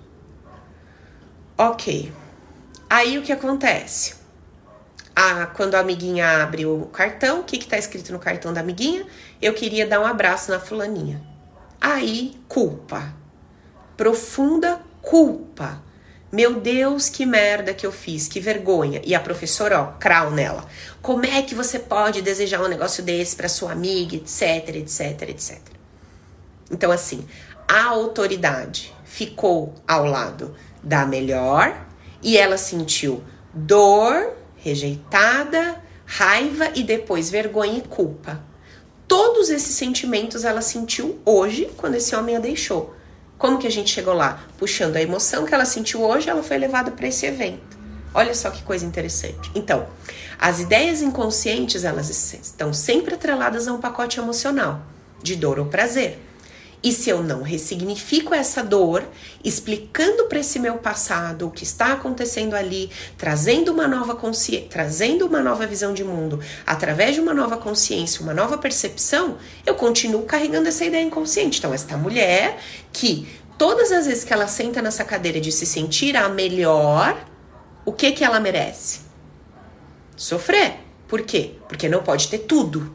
Ok. Aí o que acontece? Quando a amiguinha abre o cartão, o que tá escrito no cartão da amiguinha? Eu queria dar um abraço na fulaninha. Aí, culpa. Profunda culpa. Meu Deus, que merda que eu fiz, que vergonha. E a professora, crau nela. Como é que você pode desejar um negócio desse pra sua amiga, etc, etc, etc. Então, assim, a autoridade ficou ao lado da melhor e ela sentiu dor, rejeitada, raiva e depois vergonha e culpa. Todos esses sentimentos ela sentiu hoje quando esse homem a deixou. Como que a gente chegou lá? Puxando a emoção que ela sentiu hoje, ela foi levada para esse evento. Olha só que coisa interessante. Então, as ideias inconscientes, elas estão sempre atreladas a um pacote emocional, de dor ou prazer. E se eu não ressignifico essa dor, explicando para esse meu passado o que está acontecendo ali, trazendo uma nova consciência, trazendo uma nova visão de mundo, através de uma nova consciência, uma nova percepção, eu continuo carregando essa ideia inconsciente. Então, esta mulher que todas as vezes que ela senta nessa cadeira de se sentir a melhor, o que ela merece? Sofrer. Por quê? Porque não pode ter tudo.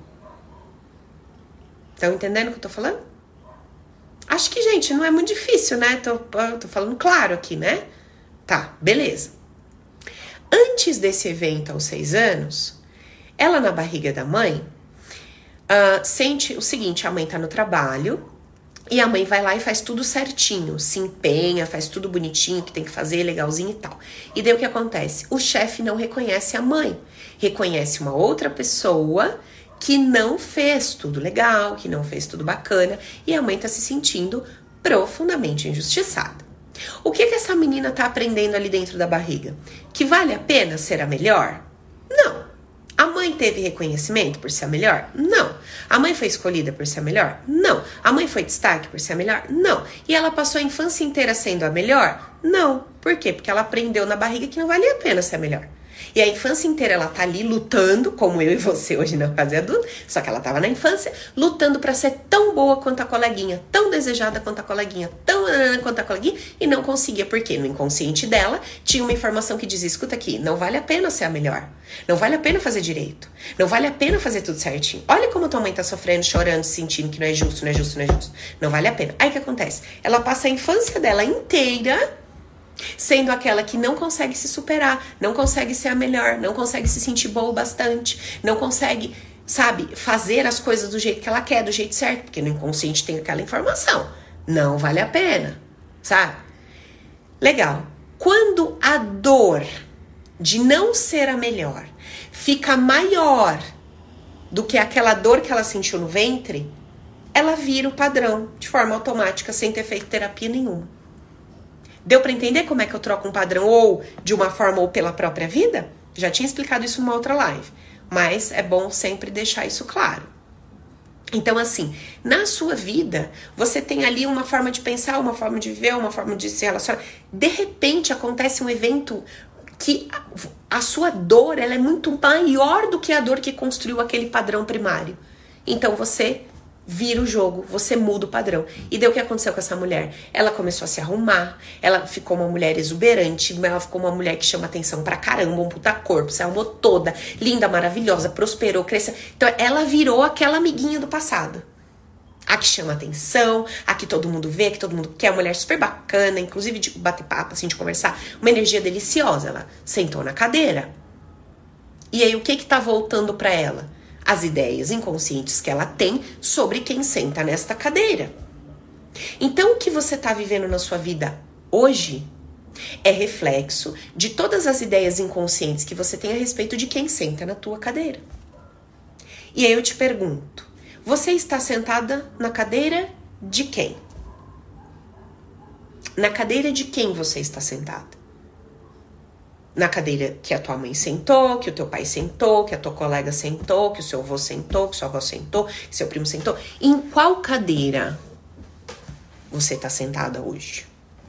Estão entendendo o que eu tô falando? Acho que, gente, não é muito difícil, né? Tô falando claro aqui, né? Tá, beleza. Antes desse evento, aos 6 anos, ela na barriga da mãe sente o seguinte: a mãe tá no trabalho e a mãe vai lá e faz tudo certinho, se empenha, faz tudo bonitinho, que tem que fazer, legalzinho e tal. E daí o que acontece? O chefe não reconhece a mãe, reconhece uma outra pessoa que não fez tudo legal, que não fez tudo bacana, e a mãe tá se sentindo profundamente injustiçada. O que essa menina tá aprendendo ali dentro da barriga? Que vale a pena ser a melhor? Não. A mãe teve reconhecimento por ser a melhor? Não. A mãe foi escolhida por ser a melhor? Não. A mãe foi destaque por ser a melhor? Não. E ela passou a infância inteira sendo a melhor? Não. Por quê? Porque ela aprendeu na barriga que não valia a pena ser a melhor. E a infância inteira ela tá ali lutando, como eu e você hoje na fase adulta, só que ela tava na infância, lutando pra ser tão boa quanto a coleguinha, tão desejada quanto a coleguinha, tão quanto a coleguinha, e não conseguia, porque no inconsciente dela tinha uma informação que dizia: escuta aqui, não vale a pena ser a melhor, não vale a pena fazer direito, não vale a pena fazer tudo certinho. Olha como tua mãe tá sofrendo, chorando, sentindo que não é justo, não é justo, não é justo. Não vale a pena. Aí o que acontece? Ela passa a infância dela inteira sendo aquela que não consegue se superar, não consegue ser a melhor, não consegue se sentir boa o bastante, não consegue, sabe, fazer as coisas do jeito que ela quer, do jeito certo, porque no inconsciente tem aquela informação. Não vale a pena, sabe? Legal. Quando a dor de não ser a melhor fica maior do que aquela dor que ela sentiu no ventre, ela vira o padrão de forma automática, sem ter feito terapia nenhuma. Deu pra entender como é que eu troco um padrão ou de uma forma ou pela própria vida? Já tinha explicado isso numa outra live, mas é bom sempre deixar isso claro. Então, assim, na sua vida, você tem ali uma forma de pensar, uma forma de viver, uma forma de se relacionar. De repente, acontece um evento que a sua dor ela é muito maior do que a dor que construiu aquele padrão primário. Então, você vira o jogo, você muda o padrão. E daí o que aconteceu com essa mulher? Ela começou a se arrumar, ela ficou uma mulher exuberante, ela ficou uma mulher que chama atenção pra caramba, um puta corpo, se arrumou toda, linda, maravilhosa, prosperou, cresceu. Então ela virou aquela amiguinha do passado. A que chama atenção, a que todo mundo vê, que todo mundo quer, uma mulher super bacana, inclusive de bater papo, assim, de conversar, uma energia deliciosa. Ela sentou na cadeira. E aí o que tá voltando pra ela? As ideias inconscientes que ela tem sobre quem senta nesta cadeira. Então, o que você está vivendo na sua vida hoje é reflexo de todas as ideias inconscientes que você tem a respeito de quem senta na tua cadeira. E aí eu te pergunto, você está sentada na cadeira de quem? Na cadeira de quem você está sentada? Na cadeira que a tua mãe sentou, que o teu pai sentou, que a tua colega sentou, que o seu avô sentou, que sua avó sentou, que seu primo sentou. Em qual cadeira você está sentada hoje?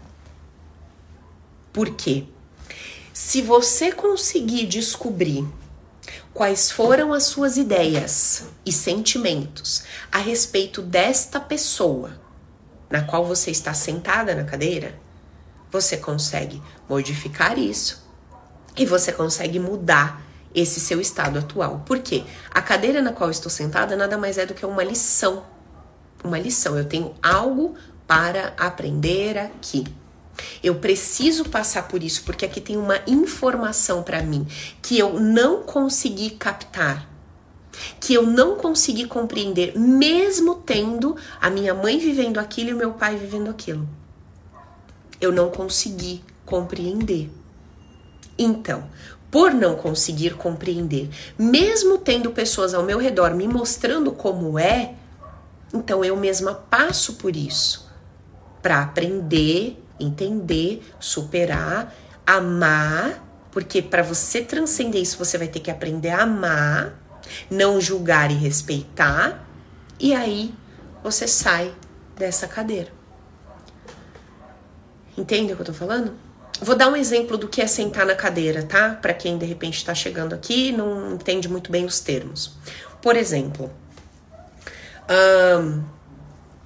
Por quê? Se você conseguir descobrir quais foram as suas ideias e sentimentos a respeito desta pessoa na qual você está sentada na cadeira, você consegue modificar isso. E você consegue mudar esse seu estado atual. Por quê? A cadeira na qual eu estou sentada nada mais é do que uma lição. Uma lição. Eu tenho algo para aprender aqui. Eu preciso passar por isso, porque aqui tem uma informação para mim que eu não consegui captar, que eu não consegui compreender, mesmo tendo a minha mãe vivendo aquilo e o meu pai vivendo aquilo. Eu não consegui compreender. Então, por não conseguir compreender, mesmo tendo pessoas ao meu redor me mostrando como é, então eu mesma passo por isso para aprender, entender, superar, amar, porque para você transcender isso você vai ter que aprender a amar, não julgar e respeitar, e aí você sai dessa cadeira. Entende o que eu tô falando? Vou dar um exemplo do que é sentar na cadeira, tá? Para quem de repente está chegando aqui e não entende muito bem os termos. Por exemplo,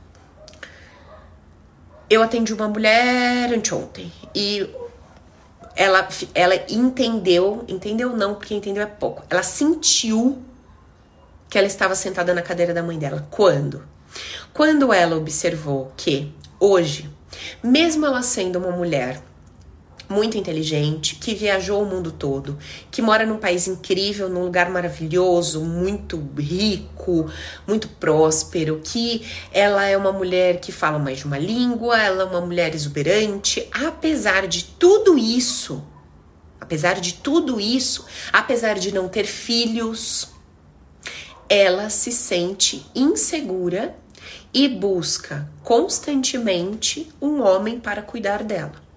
eu atendi uma mulher anteontem e ela entendeu não, porque entendeu é pouco. Ela sentiu que ela estava sentada na cadeira da mãe dela. Quando? Quando ela observou que hoje, mesmo ela sendo uma mulher muito inteligente, que viajou o mundo todo, que mora num país incrível, num lugar maravilhoso, muito rico, muito próspero, que ela é uma mulher que fala mais de uma língua, ela é uma mulher exuberante, apesar de tudo isso, apesar de não ter filhos, ela se sente insegura e busca constantemente um homem para cuidar dela.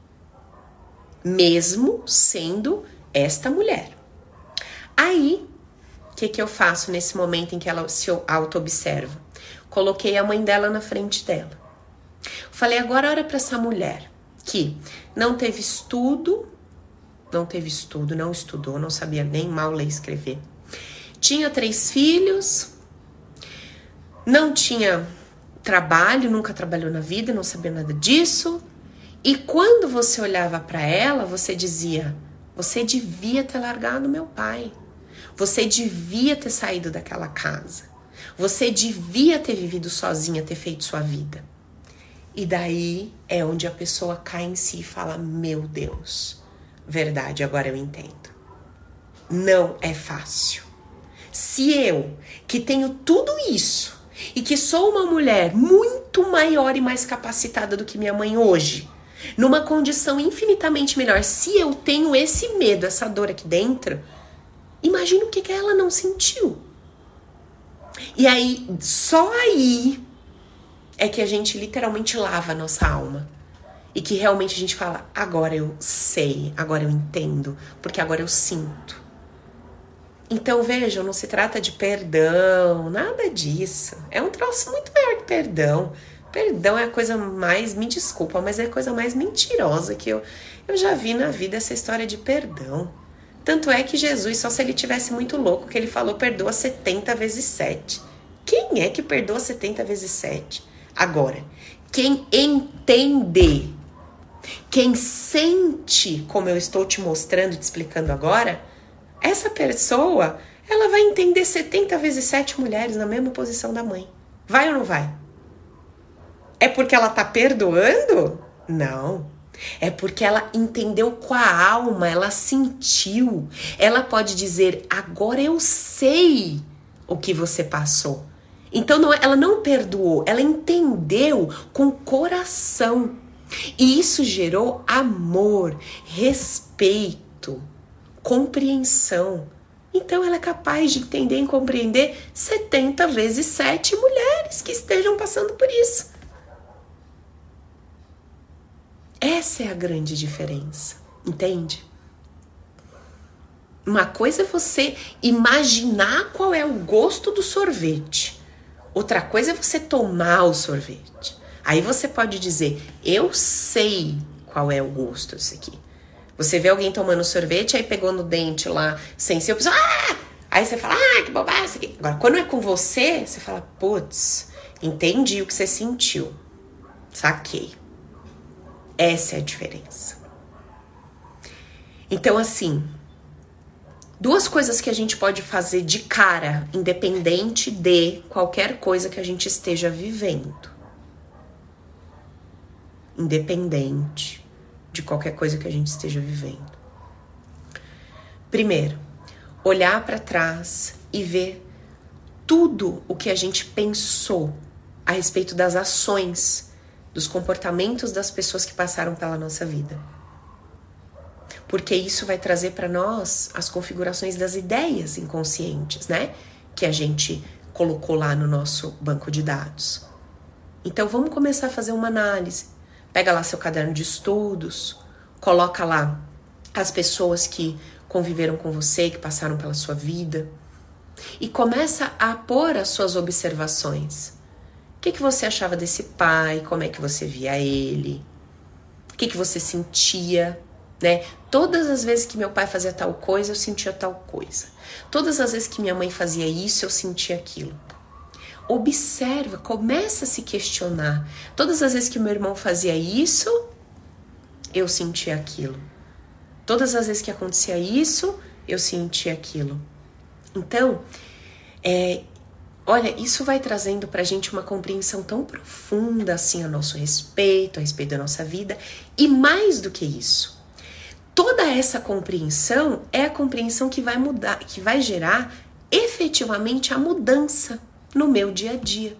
Mesmo sendo esta mulher. Aí, o que eu faço nesse momento em que ela se auto-observa? Coloquei a mãe dela na frente dela. Falei, agora olha para essa mulher que não estudou, não sabia nem mal ler e escrever. Tinha 3 filhos, não tinha trabalho, nunca trabalhou na vida, não sabia nada disso. E quando você olhava para ela, você dizia, você devia ter largado meu pai. Você devia ter saído daquela casa. Você devia ter vivido sozinha, ter feito sua vida. E daí é onde a pessoa cai em si e fala, meu Deus, verdade, agora eu entendo. Não é fácil. Se eu, que tenho tudo isso, e que sou uma mulher muito maior e mais capacitada do que minha mãe hoje, numa condição infinitamente melhor, se eu tenho esse medo, essa dor aqui dentro, imagina o que ela não sentiu. E aí, só aí é que a gente literalmente lava a nossa alma. E que realmente a gente fala, agora eu sei, agora eu entendo, porque agora eu sinto. Então, vejam, não se trata de perdão, nada disso. É um troço muito maior que perdão. Perdão é a coisa mais, me desculpa, mas é a coisa mais mentirosa que eu já vi na vida, essa história de perdão. Tanto é que Jesus, só se ele tivesse muito louco, que ele falou, perdoa 70 vezes 7. Quem é que perdoa 70 vezes 7? Agora, quem entende, quem sente, como eu estou te mostrando, te explicando agora, essa pessoa, ela vai entender 70 vezes 7 mulheres na mesma posição da mãe. Vai ou não vai? É porque ela tá perdoando? Não. É porque ela entendeu com a alma, ela sentiu. Ela pode dizer, agora eu sei o que você passou. Então ela não perdoou, ela entendeu com o coração. E isso gerou amor, respeito, compreensão. Então ela é capaz de entender e compreender 70 vezes 7 mulheres que estejam passando por isso. Essa é a grande diferença, entende? Uma coisa é você imaginar qual é o gosto do sorvete. Outra coisa é você tomar o sorvete. Aí você pode dizer, eu sei qual é o gosto disso aqui. Você vê alguém tomando sorvete, aí pegou no dente lá, sem ser, aí você fala, que bobagem isso aqui. Agora, quando é com você, você fala, putz, entendi o que você sentiu. Saquei. Essa é a diferença. Então, assim, 2 coisas que a gente pode fazer de cara, independente de qualquer coisa que a gente esteja vivendo. Independente de qualquer coisa que a gente esteja vivendo. Primeiro, olhar para trás e ver tudo o que a gente pensou a respeito das ações, dos comportamentos das pessoas que passaram pela nossa vida. Porque isso vai trazer para nós as configurações das ideias inconscientes, né? Que a gente colocou lá no nosso banco de dados. Então vamos começar a fazer uma análise. Pega lá seu caderno de estudos, coloca lá as pessoas que conviveram com você, que passaram pela sua vida, e começa a pôr as suas observações. O que você achava desse pai? Como é que você via ele? O que você sentia, né? Todas as vezes que meu pai fazia tal coisa, eu sentia tal coisa. Todas as vezes que minha mãe fazia isso, eu sentia aquilo. Observa, começa a se questionar. Todas as vezes que meu irmão fazia isso, eu sentia aquilo. Todas as vezes que acontecia isso, eu sentia aquilo. Então, olha, isso vai trazendo pra gente uma compreensão tão profunda assim a nosso respeito, a respeito da nossa vida. E mais do que isso, toda essa compreensão é a compreensão que vai mudar, que vai gerar efetivamente a mudança no meu dia a dia.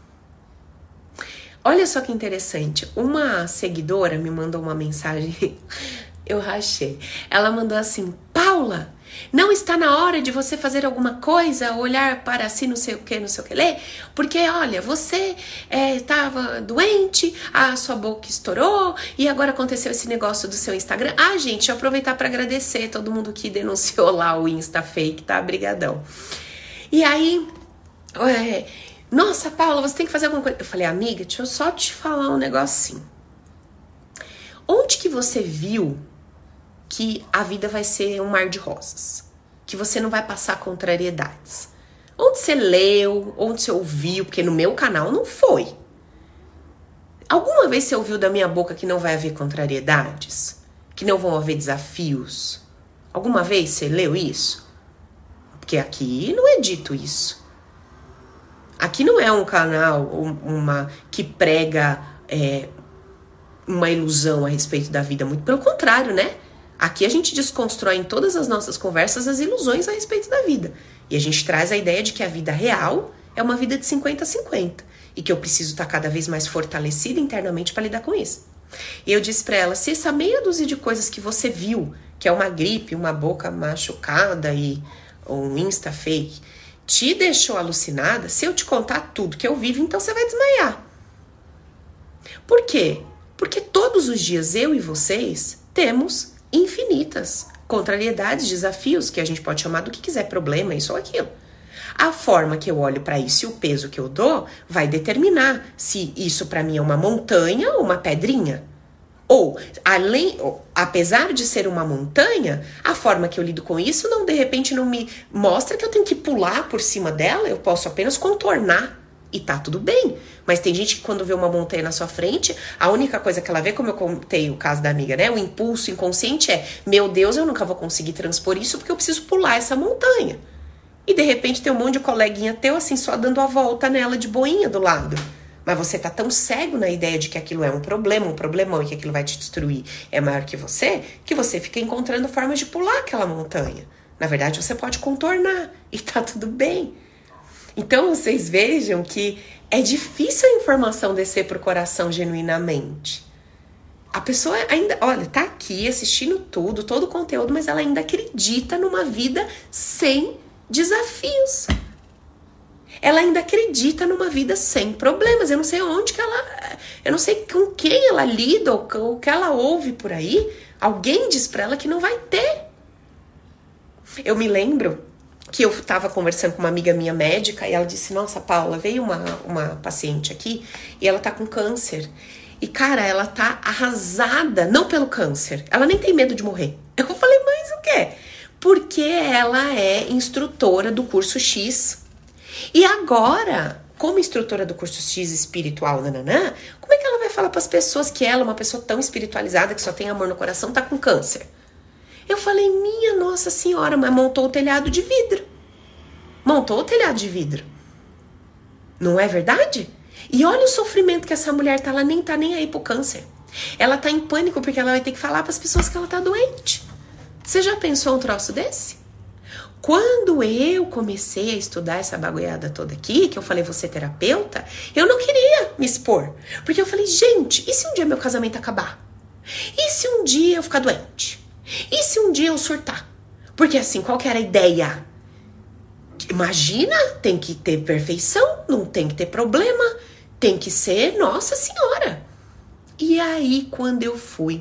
Olha só que interessante, uma seguidora me mandou uma mensagem, eu rachei. Ela mandou assim: Paula, não está na hora de você fazer alguma coisa, olhar para si, não sei o que, ler? Porque, olha, você estava doente, a sua boca estourou e agora aconteceu esse negócio do seu Instagram. Ah, gente, deixa eu aproveitar para agradecer todo mundo que denunciou lá o Insta Fake, tá? Brigadão. E aí, nossa, Paula, você tem que fazer alguma coisa. Eu falei, amiga, deixa eu só te falar um negocinho. Onde que você viu que a vida vai ser um mar de rosas? Que você não vai passar contrariedades? Onde você leu? Onde você ouviu? Porque no meu canal não foi. Alguma vez você ouviu da minha boca que não vai haver contrariedades? Que não vão haver desafios? Alguma vez você leu isso? Porque aqui não é dito isso. Aqui não é um canal que prega uma ilusão a respeito da vida. Muito pelo contrário, né? Aqui a gente desconstrói em todas as nossas conversas as ilusões a respeito da vida. E a gente traz a ideia de que a vida real é uma vida de 50-50. E que eu preciso estar cada vez mais fortalecida internamente para lidar com isso. E eu disse para ela, se essa meia dúzia de coisas que você viu, que é uma gripe, uma boca machucada e um Insta Fake, te deixou alucinada, se eu te contar tudo que eu vivo, então você vai desmaiar. Por quê? Porque todos os dias eu e vocês temos infinitas contrariedades, desafios, que a gente pode chamar do que quiser, problema, isso ou aquilo. A forma que eu olho para isso e o peso que eu dou vai determinar se isso para mim é uma montanha ou uma pedrinha. Ou, apesar de ser uma montanha, a forma que eu lido com isso de repente não me mostra que eu tenho que pular por cima dela, eu posso apenas contornar. E tá tudo bem. Mas tem gente que quando vê uma montanha na sua frente, a única coisa que ela vê, como eu contei o caso da amiga, né? O impulso inconsciente é, meu Deus, eu nunca vou conseguir transpor isso porque eu preciso pular essa montanha. E de repente tem um monte de coleguinha teu assim, só dando a volta nela de boinha do lado. Mas você tá tão cego na ideia de que aquilo é um problema, um problemão e que aquilo vai te destruir, é maior que você fica encontrando formas de pular aquela montanha. Na verdade, você pode contornar e tá tudo bem. Então, vocês vejam que é difícil a informação descer pro coração genuinamente. A pessoa ainda, olha, tá aqui assistindo tudo, todo o conteúdo, mas ela ainda acredita numa vida sem desafios. Ela ainda acredita numa vida sem problemas. Eu não sei onde que eu não sei com quem ela lida ou o que ela ouve por aí. Alguém diz pra ela que não vai ter. Eu me lembro que eu tava conversando com uma amiga minha médica e ela disse, nossa, Paula, veio uma paciente aqui e ela tá com câncer. E, cara, ela tá arrasada, não pelo câncer. Ela nem tem medo de morrer. Eu falei, mas o quê? Porque ela é instrutora do curso X. E agora, como instrutora do curso X espiritual, nananã, como é que ela vai falar para as pessoas que ela, uma pessoa tão espiritualizada, que só tem amor no coração, tá com câncer? Eu falei, minha Nossa Senhora, mas montou o telhado de vidro. Montou o telhado de vidro. Não é verdade? E olha o sofrimento que essa mulher tá, ela nem tá nem aí pro câncer. Ela tá em pânico porque ela vai ter que falar para as pessoas que ela tá doente. Você já pensou um troço desse? Quando eu comecei a estudar essa bagulhada toda aqui, que eu falei, vou ser terapeuta, eu não queria me expor. Porque eu falei, gente, e se um dia meu casamento acabar? E se um dia eu ficar doente? E se um dia eu surtar? Porque assim, qual que era a ideia? Imagina, tem que ter perfeição, não tem que ter problema, tem que ser Nossa Senhora. E aí, quando eu fui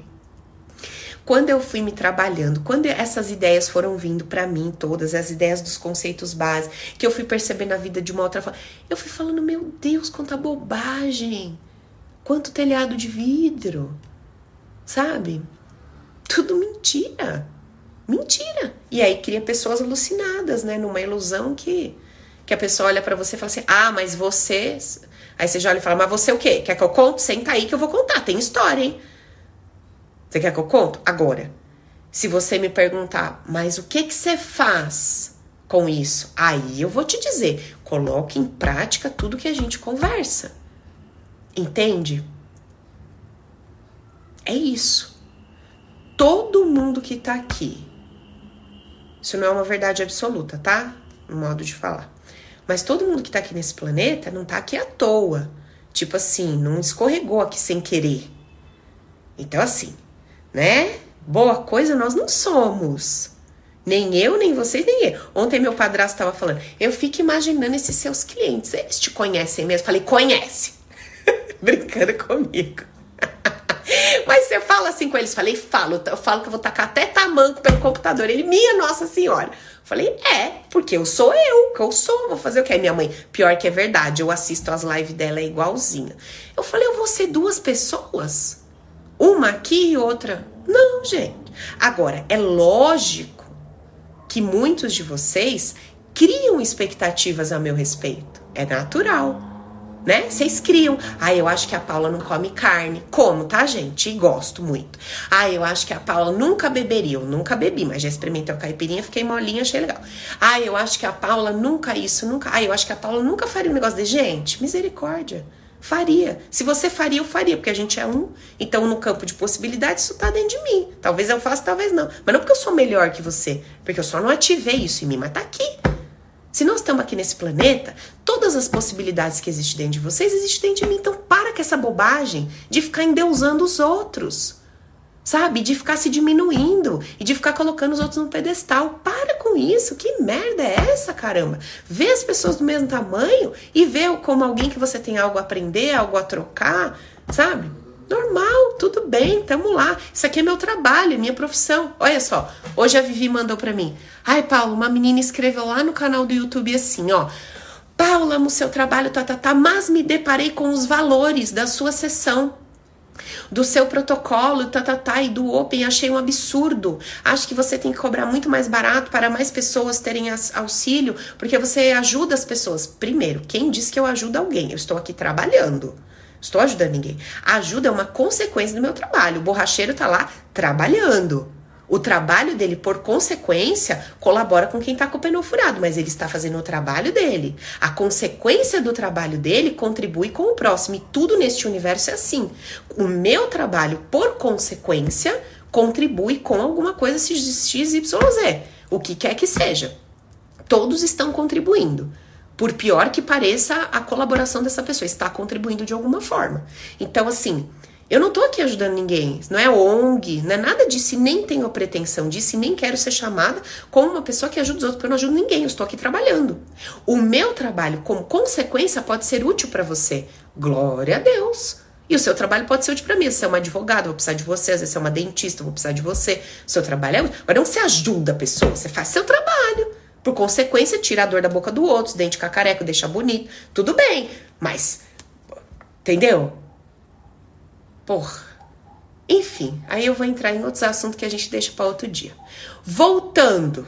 me trabalhando, quando essas ideias foram vindo pra mim, todas as ideias dos conceitos básicos, que eu fui percebendo a vida de uma outra forma, eu fui falando, meu Deus, quanta bobagem, quanto telhado de vidro, sabe? Tudo mentira. Mentira. E aí cria pessoas alucinadas, né? Numa ilusão que a pessoa olha pra você e fala assim, ah, mas você... Aí você já olha e fala, mas você o quê? Quer que eu conte? Senta aí que eu vou contar, tem história, hein? Você quer que eu conte? Agora, Se você me perguntar, mas o que você faz com isso? Aí eu vou te dizer, coloque em prática tudo que a gente conversa. Entende? É isso. Todo mundo que tá aqui, isso não é uma verdade absoluta, tá? No modo de falar. Mas todo mundo que tá aqui nesse planeta não tá aqui à toa. Tipo assim, não escorregou aqui sem querer. Então assim, né? Boa coisa nós não somos. Nem eu, nem vocês, nem eu. Ontem meu padrasto tava falando, eu fico imaginando esses seus clientes, eles te conhecem mesmo? Falei, conhece. Brincando comigo. Mas você fala assim com eles? Falei, falo. Eu falo que eu vou tacar até tamanco pelo computador. Ele, minha Nossa Senhora. Falei, porque eu sou eu, que eu sou. Vou fazer o quê? Minha mãe, pior que é verdade, eu assisto as lives dela, é igualzinha. Eu falei, eu vou ser duas pessoas? Uma aqui e outra. Não, gente. Agora, é lógico que muitos de vocês criam expectativas a meu respeito. É natural, né? Vocês criam. Eu acho que a Paula não come carne. Como, tá, gente? E gosto muito. Eu acho que a Paula nunca beberia. Eu nunca bebi, mas já experimentei a caipirinha, fiquei molinha, achei legal. Eu acho que a Paula nunca isso, nunca... eu acho que a Paula nunca faria um negócio de... Gente, misericórdia. Faria. Se você faria, eu faria, porque a gente é um. Então, no campo de possibilidades, isso tá dentro de mim. Talvez eu faça, talvez não. Mas não porque eu sou melhor que você, porque eu só não ativei isso em mim, mas tá aqui. Se nós estamos aqui nesse planeta, todas as possibilidades que existem dentro de vocês existem dentro de mim. Então, para com essa bobagem de ficar endeusando os outros. Sabe? De ficar se diminuindo e de ficar colocando os outros no pedestal. Para com isso. Que merda é essa, caramba? Vê as pessoas do mesmo tamanho e vê como alguém que você tem algo a aprender, algo a trocar, sabe? Normal, tudo bem, tamo lá. Isso aqui é meu trabalho, é minha profissão. Olha só, hoje a Vivi mandou pra mim. Paulo, uma menina escreveu lá no canal do YouTube assim, ó. Paula, amo seu trabalho, mas me deparei com os valores da sua sessão. Do seu protocolo, e do Open, achei um absurdo. Acho que você tem que cobrar muito mais barato para mais pessoas terem auxílio, porque você ajuda as pessoas. Primeiro, quem disse que eu ajudo alguém? Eu estou aqui trabalhando. Estou ajudando ninguém. A ajuda é uma consequência do meu trabalho. O borracheiro tá lá trabalhando. O trabalho dele, por consequência, colabora com quem tá com o pneu furado, mas ele está fazendo o trabalho dele. A consequência do trabalho dele contribui com o próximo, e tudo neste universo é assim. O meu trabalho, por consequência, contribui com alguma coisa XYZ, o que quer que seja. Todos estão contribuindo. Por pior que pareça, a colaboração dessa pessoa está contribuindo de alguma forma. Então, assim... eu não tô aqui ajudando ninguém, não é ONG, não é nada disso, e nem tenho a pretensão disso, e nem quero ser chamada como uma pessoa que ajuda os outros, porque eu não ajudo ninguém, eu estou aqui trabalhando. O meu trabalho, como consequência, pode ser útil para você. Glória a Deus! E o seu trabalho pode ser útil para mim. Se você é uma advogada, eu vou precisar de você. Às vezes você é uma dentista, eu vou precisar de você. O seu trabalho é útil. Mas não você ajuda a pessoa, você faz seu trabalho. Por consequência, tira a dor da boca do outro, os dentes cacareco, deixa bonito. Tudo bem, mas... entendeu? Porra. Enfim, aí eu vou entrar em outros assuntos que a gente deixa para outro dia. Voltando.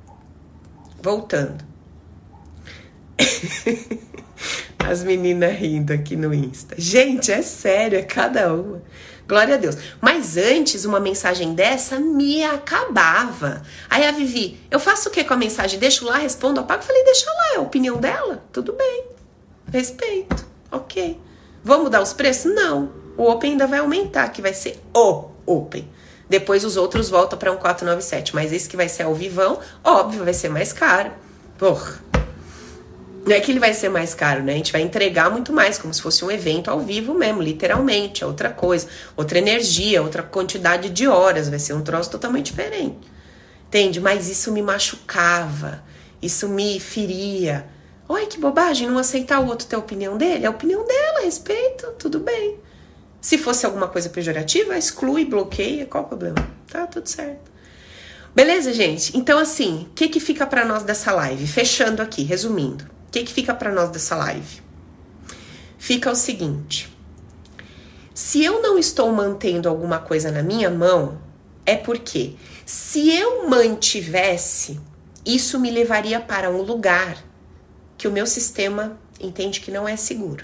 As meninas rindo aqui no Insta. Gente, é sério, é cada uma. Glória a Deus. Mas antes, uma mensagem dessa me acabava. Aí a Vivi, eu faço o que com a mensagem? Deixo lá, respondo, apago? Falei, deixa lá, é a opinião dela. Tudo bem. Respeito. Ok. Vou mudar os preços? Não. O Open ainda vai aumentar, que vai ser o Open. Depois os outros voltam para um 497. Mas esse que vai ser ao vivão, óbvio, vai ser mais caro. Porra. Não é que ele vai ser mais caro, né? A gente vai entregar muito mais, como se fosse um evento ao vivo mesmo, literalmente. É outra coisa, outra energia, outra quantidade de horas. Vai ser um troço totalmente diferente. Entende? Mas isso me machucava. Isso me feria. Olha que bobagem, não aceitar o outro ter a opinião dele. É a opinião dela, respeito, tudo bem. Se fosse alguma coisa pejorativa, exclui, bloqueia, qual o problema? Tá tudo certo. Beleza, gente? Então, assim, o que fica pra nós dessa live? Fechando aqui, resumindo. O que fica pra nós dessa live? Fica o seguinte. Se eu não estou mantendo alguma coisa na minha mão, é porque se eu mantivesse, isso me levaria para um lugar que o meu sistema entende que não é seguro.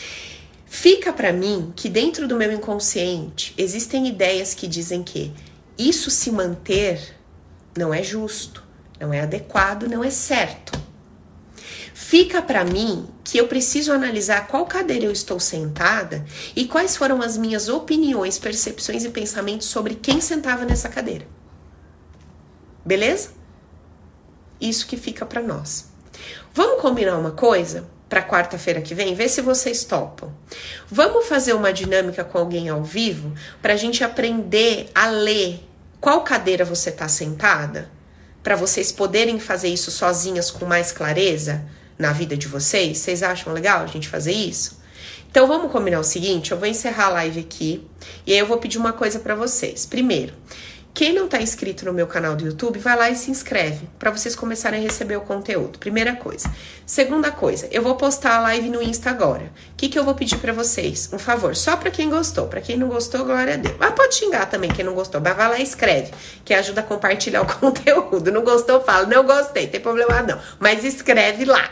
Fica pra mim que dentro do meu inconsciente existem ideias que dizem que isso se manter não é justo, não é adequado, não é certo. Fica para mim que eu preciso analisar qual cadeira eu estou sentada e quais foram as minhas opiniões, percepções e pensamentos sobre quem sentava nessa cadeira. Beleza? Isso que fica para nós. Vamos combinar uma coisa para quarta-feira que vem? Ver se vocês topam. Vamos fazer uma dinâmica com alguém ao vivo para a gente aprender a ler qual cadeira você está sentada, para vocês poderem fazer isso sozinhas com mais clareza na vida de vocês. Vocês acham legal a gente fazer isso? Então vamos combinar o seguinte, eu vou encerrar a live aqui e aí eu vou pedir uma coisa para vocês. Primeiro, quem não tá inscrito no meu canal do YouTube, vai lá e se inscreve para vocês começarem a receber o conteúdo. Primeira coisa. Segunda coisa, eu vou postar a live no Insta agora. O que eu vou pedir para vocês? Um favor, só para quem gostou. Para quem não gostou, glória a Deus. Mas pode xingar também quem não gostou, mas vai lá e escreve, que ajuda a compartilhar o conteúdo. Não gostou, fala, não gostei, tem problema não. Mas escreve lá.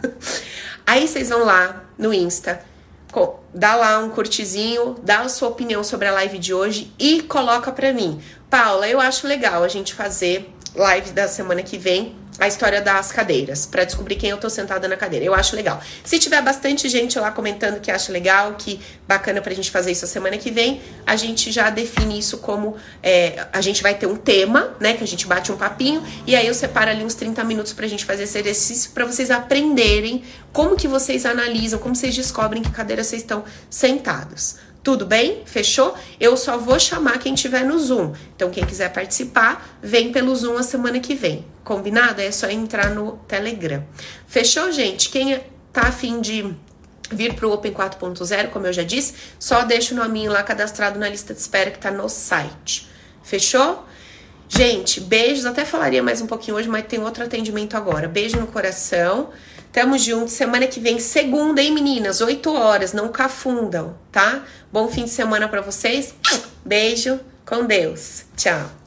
Aí vocês vão lá no Insta, dá lá um curtizinho, dá a sua opinião sobre a live de hoje e coloca pra mim. Paula, eu acho legal a gente fazer live da semana que vem, a história das cadeiras, pra descobrir quem eu tô sentada na cadeira. Eu acho legal. Se tiver bastante gente lá comentando que acha legal, que bacana pra gente fazer isso a semana que vem, a gente já define isso como, a gente vai ter um tema, né, que a gente bate um papinho, e aí eu separo ali uns 30 minutos pra gente fazer esse exercício, pra vocês aprenderem como que vocês analisam, como vocês descobrem que cadeira vocês estão sentados. Tudo bem? Fechou? Eu só vou chamar quem tiver no Zoom. Então, quem quiser participar, vem pelo Zoom a semana que vem. Combinado? É só entrar no Telegram. Fechou, gente? Quem tá afim de vir pro Open 4.0, como eu já disse, só deixa o nominho lá cadastrado na lista de espera que tá no site. Fechou? Gente, beijos. Até falaria mais um pouquinho hoje, mas tem outro atendimento agora. Beijo no coração. Tamo junto. Semana que vem, segunda, hein, meninas? 8 horas. Não cafundam, tá? Bom fim de semana pra vocês. Beijo. Com Deus. Tchau.